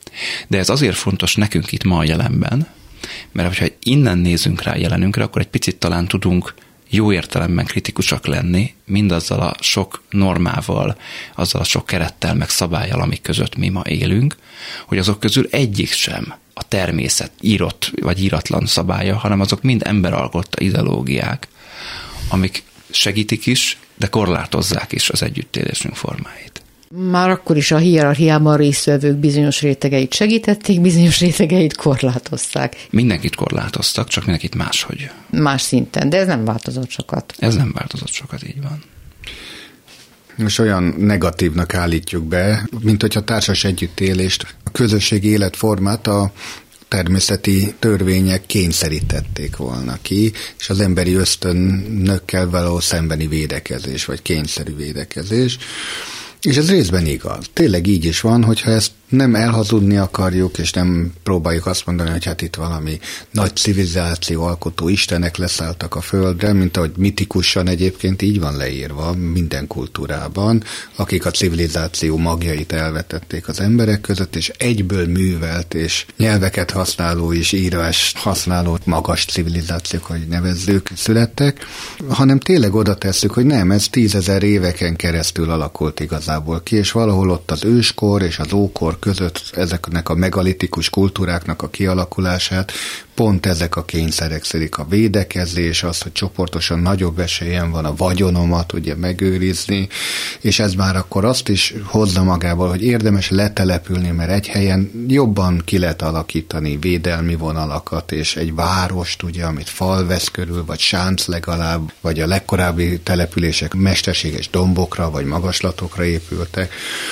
De ez azért fontos nekünk itt ma a jelenben, mert ha innen nézünk rá jelenünkre, akkor egy picit talán tudunk jó értelemben kritikusak lenni, mindazzal a sok normával, azzal a sok kerettel, meg szabállyal, amik között mi ma élünk, hogy azok közül egyik sem a természet írott vagy íratlan szabálya, hanem azok mind emberalkotta ideológiák, amik segítik is, de korlátozzák is az együttélésünk formáit. Már akkor is a hierarchiában résztvevők bizonyos rétegeit segítették, bizonyos rétegeit korlátozták. Mindenkit korlátoztak, csak mindenkit máshogy. Más szinten, de ez nem változott sokat. Ez nem változott sokat, így van. Most olyan negatívnak állítjuk be, mint hogyha társas együttélést, a közösségi életformát a természeti törvények kényszerítették volna ki, és az emberi ösztönökkel való szembeni védekezés, vagy kényszerű védekezés. És ez részben igaz. Tényleg így is van, hogyha ezt nem elhazudni akarjuk, és nem próbáljuk azt mondani, hogy hát itt valami nagy civilizáció alkotó istenek leszálltak a földre, mint ahogy mitikusan egyébként így van leírva minden kultúrában, akik a civilizáció magjait elvetették az emberek között, és egyből művelt és nyelveket használó és írás használó magas civilizációk, hogy nevezzük, születtek, hanem tényleg oda tesszük, hogy nem, ez 10 000 éveken keresztül alakult igazából ki, és valahol ott az őskor és az ókor között ezeknek a megalitikus kultúráknak a kialakulását pont ezek a kényszerek szedik, a védekezés, az, hogy csoportosan nagyobb esélyen van a vagyonomat ugye megőrizni, és ez már akkor azt is hozza magával, hogy érdemes letelepülni, mert egy helyen jobban ki lehet alakítani védelmi vonalakat, és egy várost, ugye, amit fal vesz körül, vagy sánc legalább, vagy a legkorábbi települések mesterséges dombokra, vagy magaslatokra épültek,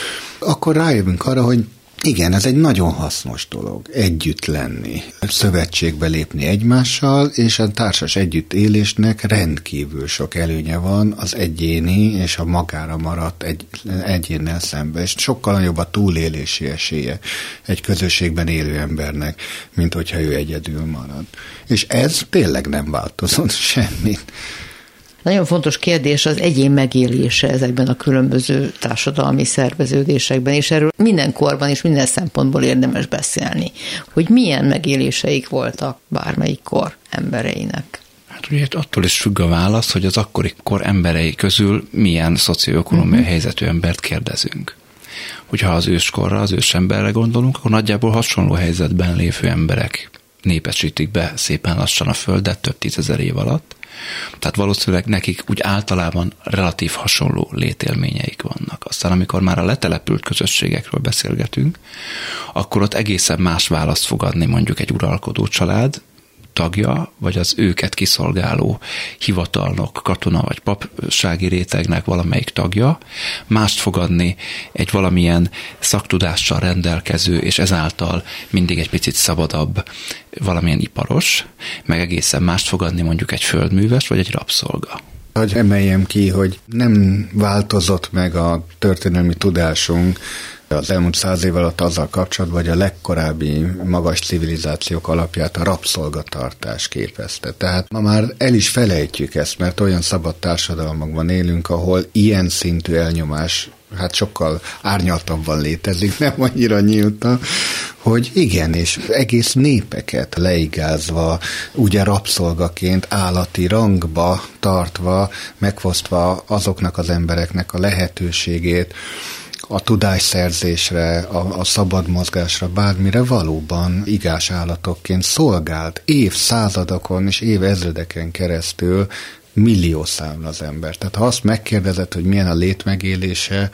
akkor rájövünk arra, hogy igen, ez egy nagyon hasznos dolog, együtt lenni, szövetségbe lépni egymással, és a társas együttélésnek rendkívül sok előnye van az egyéni és a magára maradt egyénnel szemben, és sokkal nagyobb a túlélési esélye egy közösségben élő embernek, mint hogyha ő egyedül marad. És ez tényleg nem változott semmit. Nagyon fontos kérdés az egyén megélése ezekben a különböző társadalmi szerveződésekben, és erről minden korban és minden szempontból érdemes beszélni, hogy milyen megéléseik voltak bármelyik kor embereinek. Hát ugye attól is függ a válasz, hogy az akkori kor emberei közül milyen szocioekonomiai helyzetű embert kérdezünk. Hogyha az őskorra, az ősemberre gondolunk, akkor nagyjából hasonló helyzetben lévő emberek népesítik be szépen lassan a földet több 10 000 év alatt. Tehát valószínűleg nekik úgy általában relatív hasonló létélményeik vannak. Aztán amikor már a letelepült közösségekről beszélgetünk, akkor ott egészen más választ fog adni mondjuk egy uralkodó család, tagja, vagy az őket kiszolgáló hivatalnok, katona vagy papsági rétegnek valamelyik tagja, mást fogadni egy valamilyen szaktudással rendelkező, és ezáltal mindig egy picit szabadabb valamilyen iparos, meg egészen mást fogadni mondjuk egy földműves, vagy egy rabszolga. Hogy emeljem ki, hogy nem változott meg a történelmi tudásunk az elmúlt 100 év alatt azzal kapcsolatban, hogy a legkorábbi magas civilizációk alapját a rabszolgatartás képezte. Tehát ma már el is felejtjük ezt, mert olyan szabad társadalmakban élünk, ahol ilyen szintű elnyomás sokkal árnyaltabban létezik, nem annyira nyíltan, hogy igen, és egész népeket leigázva, ugye rabszolgaként, állati rangba tartva, megfosztva azoknak az embereknek a lehetőségét, a tudásszerzésre, a szabad mozgásra, bármire valóban igás állatokként szolgált évszázadokon és évezredeken keresztül millió számra az ember. Tehát ha azt megkérdezed, hogy milyen a létmegélése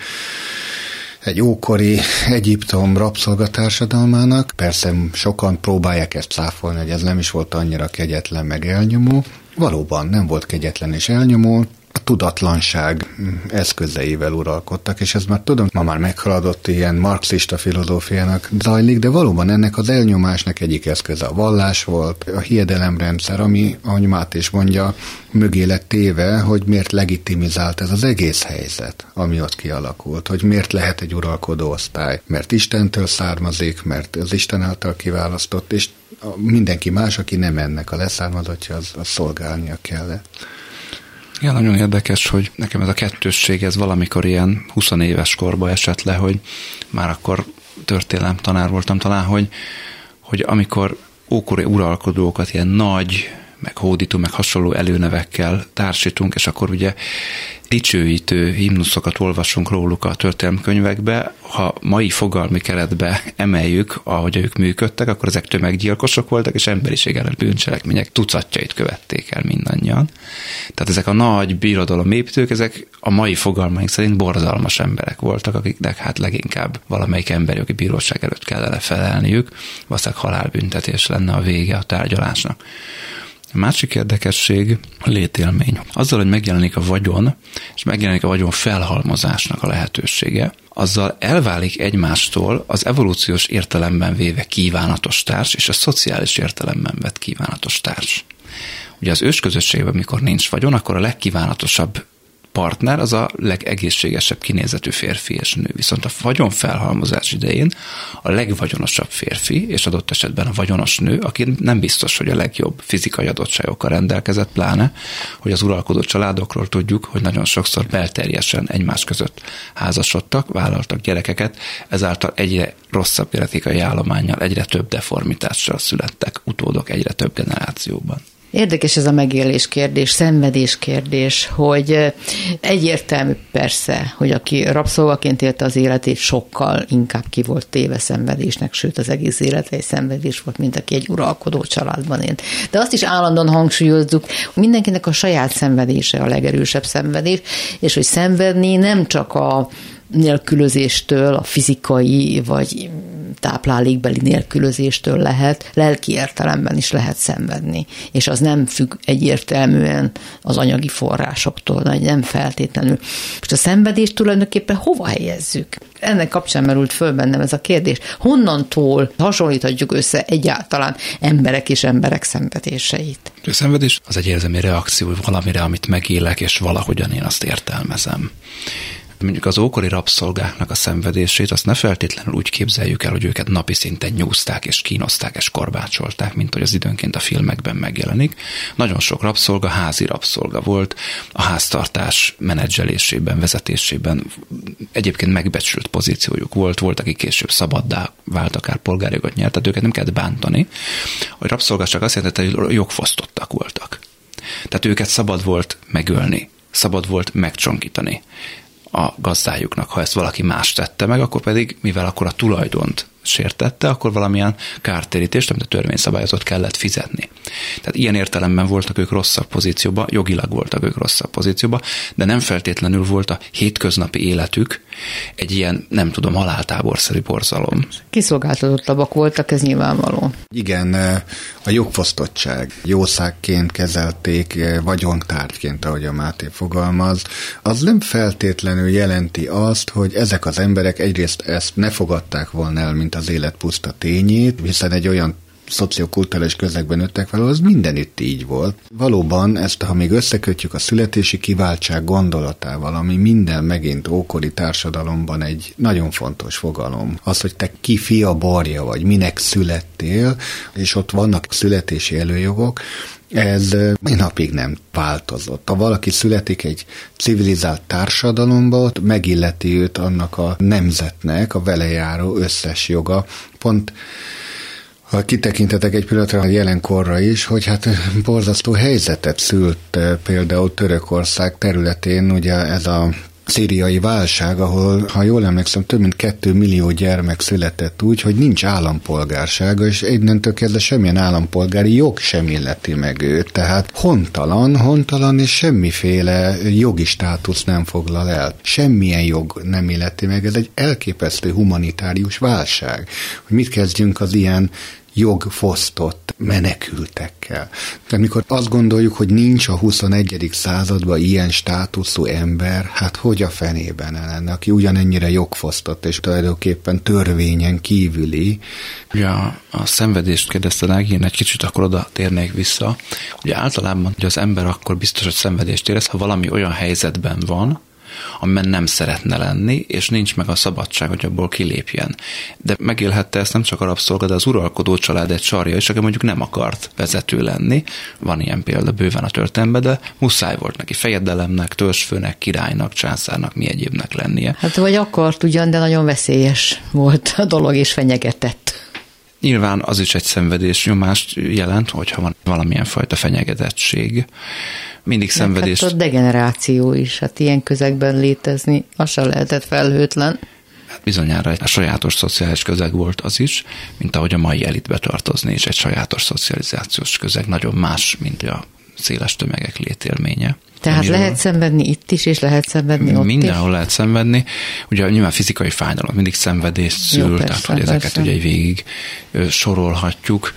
egy ókori Egyiptom rabszolgatársadalmának, persze sokan próbálják ezt cáfolni, hogy ez nem is volt annyira kegyetlen meg elnyomó. Valóban nem volt kegyetlen és elnyomó, a tudatlanság eszközeivel uralkodtak, és ez már tudom, ma már meghaladott ilyen marxista filozófiának zajlik, de valóban ennek az elnyomásnak egyik eszköze a vallás volt, a hiedelemrendszer, ami, ahogy Máté is mondja, mögé lett téve, hogy miért legitimizált ez az egész helyzet, ami ott kialakult, hogy miért lehet egy uralkodó osztály, mert Istentől származik, mert az Isten által kiválasztott, és mindenki más, aki nem ennek a leszármazottja, az szolgálnia kellett. Igen, nagyon érdekes, hogy nekem ez a kettősség, ez valamikor ilyen 20 éves korba esett le, hogy már akkor történelem tanár voltam talán, hogy amikor ókori uralkodókat ilyen nagy, meg hódító, meg hasonló előnevekkel társítunk, és akkor ugye dicsőítő himnuszokat olvasunk róluk a történelemkönyvekbe, ha mai fogalmi keretbe emeljük, ahogy ők működtek, akkor ezek tömeggyilkosok voltak, és emberiség ellen bűncselekmények tucatjait követték el mindannyian. Tehát ezek a nagy birodalomépítők, ezek a mai fogalmaink szerint borzalmas emberek voltak, akiknek leginkább valamelyik emberjogi bíróság előtt kellene felelniük, valószínűleg halálbüntetés lenne a vége a tárgyalásnak. A másik érdekesség a létélmény. Azzal, hogy megjelenik a vagyon, és megjelenik a vagyon felhalmozásnak a lehetősége, azzal elválik egymástól az evolúciós értelemben véve kívánatos társ, és a szociális értelemben vett kívánatos társ. Ugye az ősközösségben, mikor nincs vagyon, akkor a legkívánatosabb partner az a legegészségesebb kinézetű férfi és nő. Viszont a vagyonfelhalmozás idején a legvagyonosabb férfi, és adott esetben a vagyonos nő, aki nem biztos, hogy a legjobb fizikai adottságokkal rendelkezett, pláne, hogy az uralkodó családokról tudjuk, hogy nagyon sokszor belterjesen egymás között házasodtak, vállaltak gyerekeket, ezáltal egyre rosszabb genetikai állománnyal, egyre több deformitással születtek utódok egyre több generációban. Érdekes ez a megélés kérdés, szenvedés kérdés, hogy egyértelmű persze, hogy aki rabszolgaként élte az életét, sokkal inkább ki volt téve szenvedésnek, sőt az egész élete egy szenvedés volt, mint aki egy uralkodó családban élt. De azt is állandóan hangsúlyozzuk, hogy mindenkinek a saját szenvedése a legerősebb szenvedés, és hogy szenvedni nem csak a nélkülözéstől, a fizikai vagy táplálékbeli nélkülözéstől lehet, lelki értelemben is lehet szenvedni. És az nem függ egyértelműen az anyagi forrásoktól, nem feltétlenül. Most a szenvedést tulajdonképpen hova helyezzük? Ennek kapcsán merült föl bennem ez a kérdés. Honnantól hasonlíthatjuk össze egyáltalán emberek és emberek szenvedéseit? A szenvedés az egy érzelmi reakció valamire, amit megélek, és valahogyan én azt értelmezem. Mondjuk az ókori rabszolgáknak a szenvedését, azt ne feltétlenül úgy képzeljük el, hogy őket napi szinten nyúzták és kínozták és korbácsolták, mint hogy az időnként a filmekben megjelenik. Nagyon sok rabszolga házi rabszolga volt, a háztartás menedzselésében, vezetésében egyébként megbecsült pozíciójuk volt, akik később szabaddá vált, akár polgárjogot nyert, tehát őket nem kellett bántani. A rabszolgaság azt jelenti, hogy jogfosztottak voltak. Tehát őket szabad volt megölni, szabad volt megcsonkítani a gazdájuknak. Ha ezt valaki más tette meg, akkor pedig, mivel akkor a tulajdont sértette, akkor valamilyen kártérítést, amit a törvény szabályozott, kellett fizetni. Tehát ilyen értelemben voltak ők rosszabb pozícióban, jogilag voltak ők rosszabb pozícióban, de nem feltétlenül volt a hétköznapi életük egy ilyen, nem tudom, haláltáborszerű borzalom. Kiszolgáltatottabbak voltak, ez nyilvánvaló. Igen, a jogfosztottság jószágként kezelték, vagyontárgyként, ahogy a Máté fogalmaz, az nem feltétlenül jelenti azt, hogy ezek az emberek egyrészt ezt ne fogadták volna el, mint az élet puszta tényét, hiszen egy olyan szociokulturális közegben nőttek fel, az mindenütt így volt. Valóban ezt, ha még összekötjük a születési kiváltság gondolatával, ami minden megint ókori társadalomban egy nagyon fontos fogalom, az, hogy te ki fia barja vagy, minek születtél, és ott vannak születési előjogok, ez mai napig nem változott. Ha valaki születik egy civilizált társadalomba, ott megilleti őt annak a nemzetnek a vele járó összes joga. Pont ha kitekintetek egy pillanatra a jelenkorra is, hogy hát borzasztó helyzetet szült például Törökország területén, ugye ez a szíriai válság, ahol, ha jól emlékszem, több mint 2 millió gyermek született úgy, hogy nincs állampolgársága, és innentől kezdve semmilyen állampolgári jog sem illeti meg őt. Tehát hontalan és semmiféle jogi státusz nem foglal el. Semmilyen jog nem illeti meg. Ez egy elképesztő humanitárius válság. Hogy mit kezdjünk az ilyen jogfosztott menekültekkel. Tehát mikor azt gondoljuk, hogy nincs a 21. században ilyen státuszú ember, hát hogy a fenében lenne, aki ugyanennyire jogfosztott, és tulajdonképpen törvényen kívüli. Ugye a szenvedést kérdezted, Ági, én egy kicsit akkor oda térnék vissza. Ugye általában hogy az ember akkor biztos, hogy szenvedést érez, ha valami olyan helyzetben van, amiben nem szeretne lenni, és nincs meg a szabadság, hogy abból kilépjen. De megélhette ezt nem csak a rabszolga, de az uralkodó család egy sarja is, aki mondjuk nem akart vezető lenni. Van ilyen példa bőven a történelemben, de muszáj volt neki fejedelemnek, törzsfőnek, királynak, császárnak, mi egyébnek lennie. Hát vagy akart ugyan, de nagyon veszélyes volt a dolog, és fenyegetett. Nyilván az is egy szenvedés nyomást jelent, hogyha van valamilyen fajta fenyegetettség. Mindig szenvedés. Hát a degeneráció is, hát ilyen közegben létezni, az sem lehetett felhőtlen. Hát bizonyára egy sajátos szociális közeg volt az is, mint ahogy a mai elitbe tartozni is egy sajátos szocializációs közeg, nagyon más, mint a széles tömegek létélménye. Tehát lehet szenvedni itt is, és lehet szenvedni ott mindenhol is. lehet szenvedni. Ugye nyilván fizikai fájdalom mindig szenvedést szül, tehát hogy ezeket ugye végig sorolhatjuk.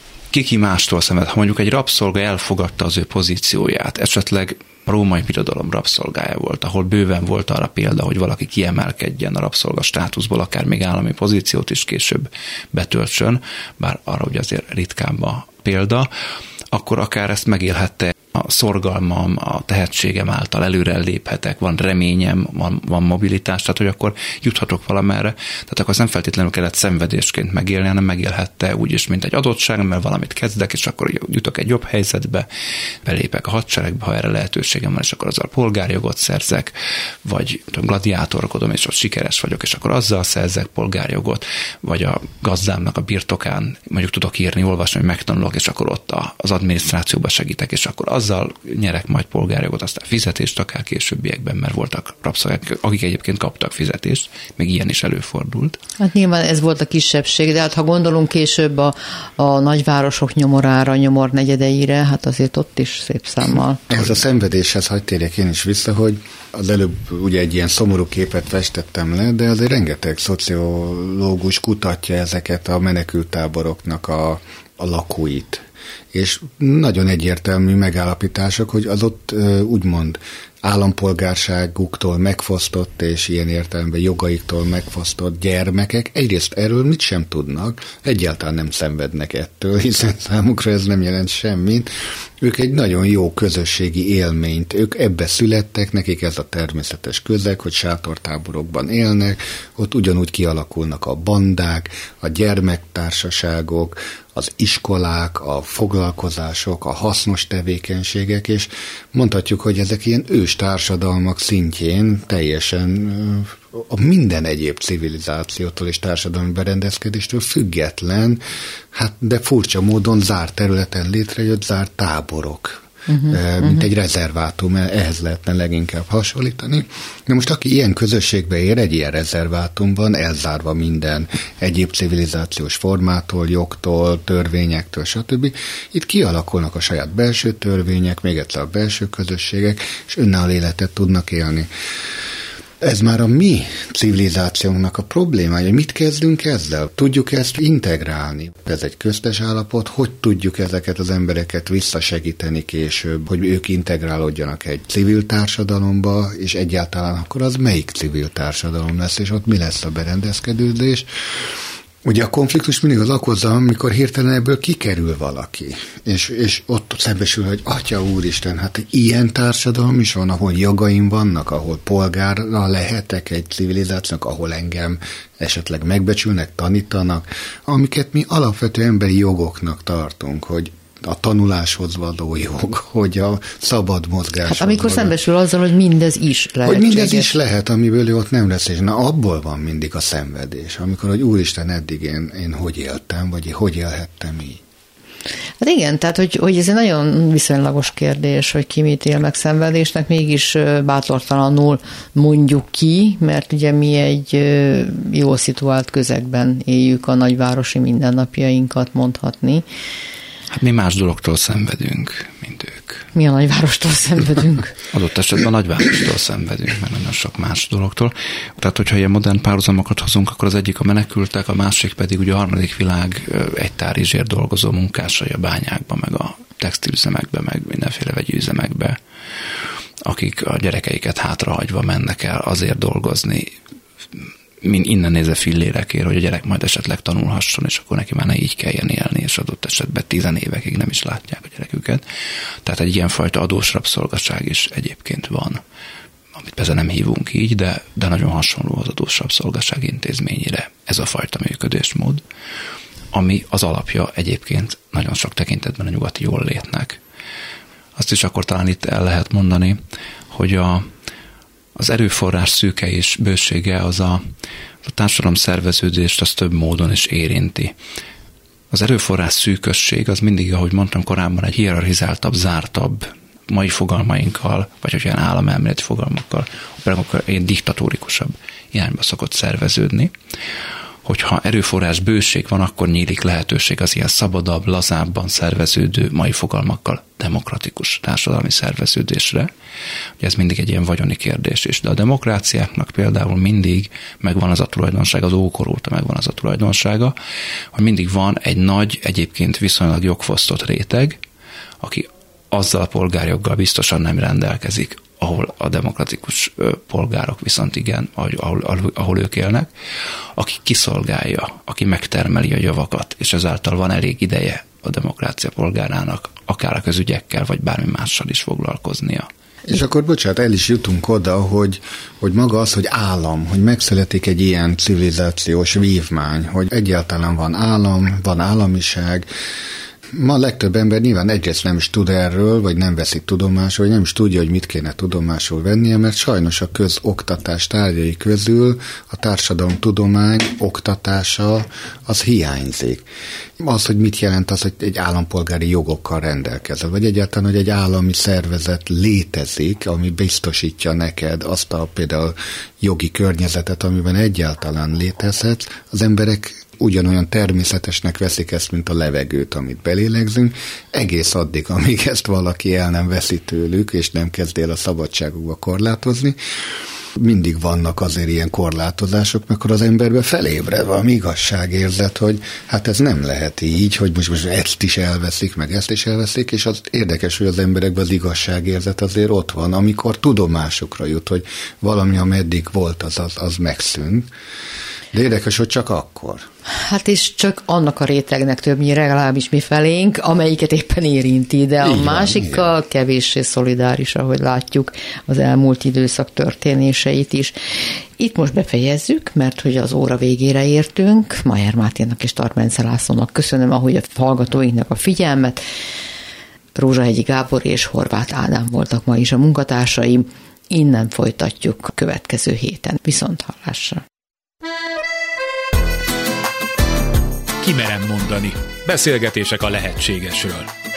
Ki mástól szenved? Ha mondjuk egy rabszolga elfogadta az ő pozícióját, esetleg a római birodalom rabszolgája volt, ahol bőven volt arra példa, hogy valaki kiemelkedjen a rabszolga státuszból, akár még állami pozíciót is később betöltsön, bár arra ugye azért ritkább a példa, akkor akár ezt megélhette a szorgalmam, a tehetségem által előre léphetek, van reményem, van mobilitás, tehát hogy akkor juthatok valamerre. Tehát akkor nem feltétlenül kellett szenvedésként megélni, hanem megélhette úgyis, mint egy adottság, mert valamit kezdek, és akkor jutok egy jobb helyzetbe, belépek a hadseregbe, ha erre lehetőségem van, és akkor azzal polgárjogot szerzek, vagy gladiátorkodom, és ott sikeres vagyok, és akkor azzal szerzek polgárjogot, vagy a gazdámnak a birtokán mondjuk tudok írni, olvasni, hogy megtanulok, és akkor ott az adminisztrációba segítek, és akkor azzal nyerek majd polgárjogot, aztán fizetést akár későbbiekben, mert voltak rabszolgák, akik egyébként kaptak fizetést, még ilyen is előfordult. Hát nyilván ez volt a kisebbség, de hát ha gondolunk később a nagyvárosok nyomorára, nyomor negyedeire, hát azért ott is szép számmal. Ez a szenvedéshez hadd térjek én is vissza, hogy az előbb ugye egy ilyen szomorú képet festettem le, de azért rengeteg szociológus kutatja ezeket a menekülttáboroknak a lakóit. És nagyon egyértelmű megállapítások, hogy az ott úgymond állampolgárságuktól megfosztott és ilyen értelemben jogaiktól megfosztott gyermekek egyrészt erről mit sem tudnak, egyáltalán nem szenvednek ettől, hiszen számukra ez nem jelent semmit. Ők egy nagyon jó közösségi élményt, ők ebbe születtek, nekik ez a természetes közeg, hogy sátortáborokban élnek, ott ugyanúgy kialakulnak a bandák, a gyermektársaságok, az iskolák, a foglalkozások, a hasznos tevékenységek, és mondhatjuk, hogy ezek ilyen ős társadalmak szintjén teljesen a minden egyéb civilizációtól és társadalmi berendezkedéstől független, hát de furcsa módon zárt területen létrejött zárt táborok. mint egy rezervátum, ehhez lehetne leginkább hasonlítani. De most aki ilyen közösségbe ér, egy ilyen rezervátumban, elzárva minden egyéb civilizációs formától, jogtól, törvényektől, stb. Itt kialakulnak a saját belső törvények, még egyszer a belső közösségek, és önálló életet tudnak élni. Ez már a mi civilizációnknak a problémája, hogy mit kezdünk ezzel? Tudjuk ezt integrálni? Ez egy köztes állapot, hogy tudjuk ezeket az embereket visszasegíteni később, hogy ők integrálódjanak egy civil társadalomba, és egyáltalán akkor az melyik civil társadalom lesz, és ott mi lesz a berendezkedődés? Ugye a konfliktus mindig az okozza, amikor hirtelen ebből kikerül valaki, és ott szembesül, hogy Atya Úristen, hát ilyen társadalom is van, ahol jogaim vannak, ahol polgárra lehetek egy civilizációnak, ahol engem esetleg megbecsülnek, tanítanak, amiket mi alapvető emberi jogoknak tartunk, hogy a tanuláshoz való jog, hogy a szabad mozgáshoz. Hát amikor szembesül azzal, hogy mindez is lehetséges. Hogy mindez is lehet, amiből ő ott nem lesz, és na abból van mindig a szenvedés, amikor, hogy Úristen, eddig én hogy éltem, vagy hogy élhettem így. Hát igen, tehát hogy ez egy nagyon viszonylagos kérdés, hogy ki mit él meg szenvedésnek, mégis bátortalanul mondjuk ki, mert ugye mi egy jól szituált közegben éljük a nagyvárosi mindennapjainkat, mondhatni. Hát mi más dologtól szenvedünk, mint ők. Mi a nagyvárostól szenvedünk? Adott esetben a nagyvárostól szenvedünk, mert nagyon sok más dologtól. Tehát, hogyha ilyen modern párhuzamokat hozunk, akkor az egyik a menekültek, a másik pedig ugye a harmadik világ egy tárizsért dolgozó munkásai a bányákban, meg a textilüzemekbe, meg mindenféle vegyi üzemekbe, akik a gyerekeiket hátrahagyva mennek el azért dolgozni, innen nézve fillérekért, hogy a gyerek majd esetleg tanulhasson, és akkor neki már ne így kelljen élni, és adott esetben 10 évekig nem is látják a gyereküket. Tehát egy ilyenfajta adós rabszolgaság is egyébként van, amit persze nem hívunk így, de nagyon hasonló az adós rabszolgaság intézményére ez a fajta működésmód, ami az alapja egyébként nagyon sok tekintetben a nyugati jólétnek. Azt is akkor talán itt el lehet mondani, hogy az erőforrás szűke és bősége az a társadalom szerveződést az több módon is érinti. Az erőforrás szűkösség az mindig, ahogy mondtam korábban, egy hierarchizáltabb, zártabb mai fogalmainkkal, vagy olyan államelméleti fogalmakkal, akkor egy diktatórikusabb irányba szokott szerveződni. Hogyha erőforrás bőség van, akkor nyílik lehetőség az ilyen szabadabb, lazábban szerveződő, mai fogalmakkal demokratikus társadalmi szerveződésre. Ugye ez mindig egy ilyen vagyoni kérdés is, de a demokráciáknak például mindig megvan az a tulajdonsága, az ókor óta megvan az a tulajdonsága, hogy mindig van egy nagy, egyébként viszonylag jogfosztott réteg, aki azzal a polgárjoggal biztosan nem rendelkezik, ahol a demokratikus polgárok viszont igen, ahol ők élnek, aki kiszolgálja, aki megtermeli a javakat, és ezáltal van elég ideje a demokrácia polgárának, akár a közügyekkel, vagy bármi mással is foglalkoznia. És akkor, bocsánat, el is jutunk oda, hogy maga az, hogy állam, hogy megszületik egy ilyen civilizációs vívmány, hogy egyáltalán van állam, van államiság. Ma a legtöbb ember nyilván egyrészt nem is tud erről, vagy nem veszi tudomásul, vagy nem is tudja, hogy mit kéne tudomásul vennie, mert sajnos a közoktatás tárgyai közül a társadalomtudomány oktatása az hiányzik. Az, hogy mit jelent az, hogy egy állampolgári jogokkal rendelkezel, vagy egyáltalán, hogy egy állami szervezet létezik, ami biztosítja neked azt a például jogi környezetet, amiben egyáltalán létezhetsz, az emberek ugyanolyan természetesnek veszik ezt, mint a levegőt, amit belélegzünk, egész addig, amíg ezt valaki el nem veszi tőlük, és nem kezd el a szabadságukba korlátozni. Mindig vannak azért ilyen korlátozások, mert akkor az emberbe felébred valami igazságérzet, hogy hát ez nem lehet így, hogy most ezt is elveszik, meg ezt is elveszik, és az érdekes, hogy az emberekben az igazságérzet azért ott van, amikor tudomásukra jut, hogy valami, ameddig volt, az megszűnt. De érdekes, hogy csak akkor. Hát és csak annak a rétegnek többnyire, legalábbis mi felénk, amelyiket éppen érinti, de a másikkal kevéssé szolidáris, ahogy látjuk az elmúlt időszak történéseit is. Itt most befejezzük, mert hogy az óra végére értünk. Mayer Máténak és Tartmence Lászlónak köszönöm, ahogy a hallgatóinknak a figyelmet. Rózsahegyi Gábor és Horváth Ádám voltak ma is a munkatársaim. Innen folytatjuk a következő héten. Viszonthallásra. Kimerem mondani. Beszélgetések a lehetségesről.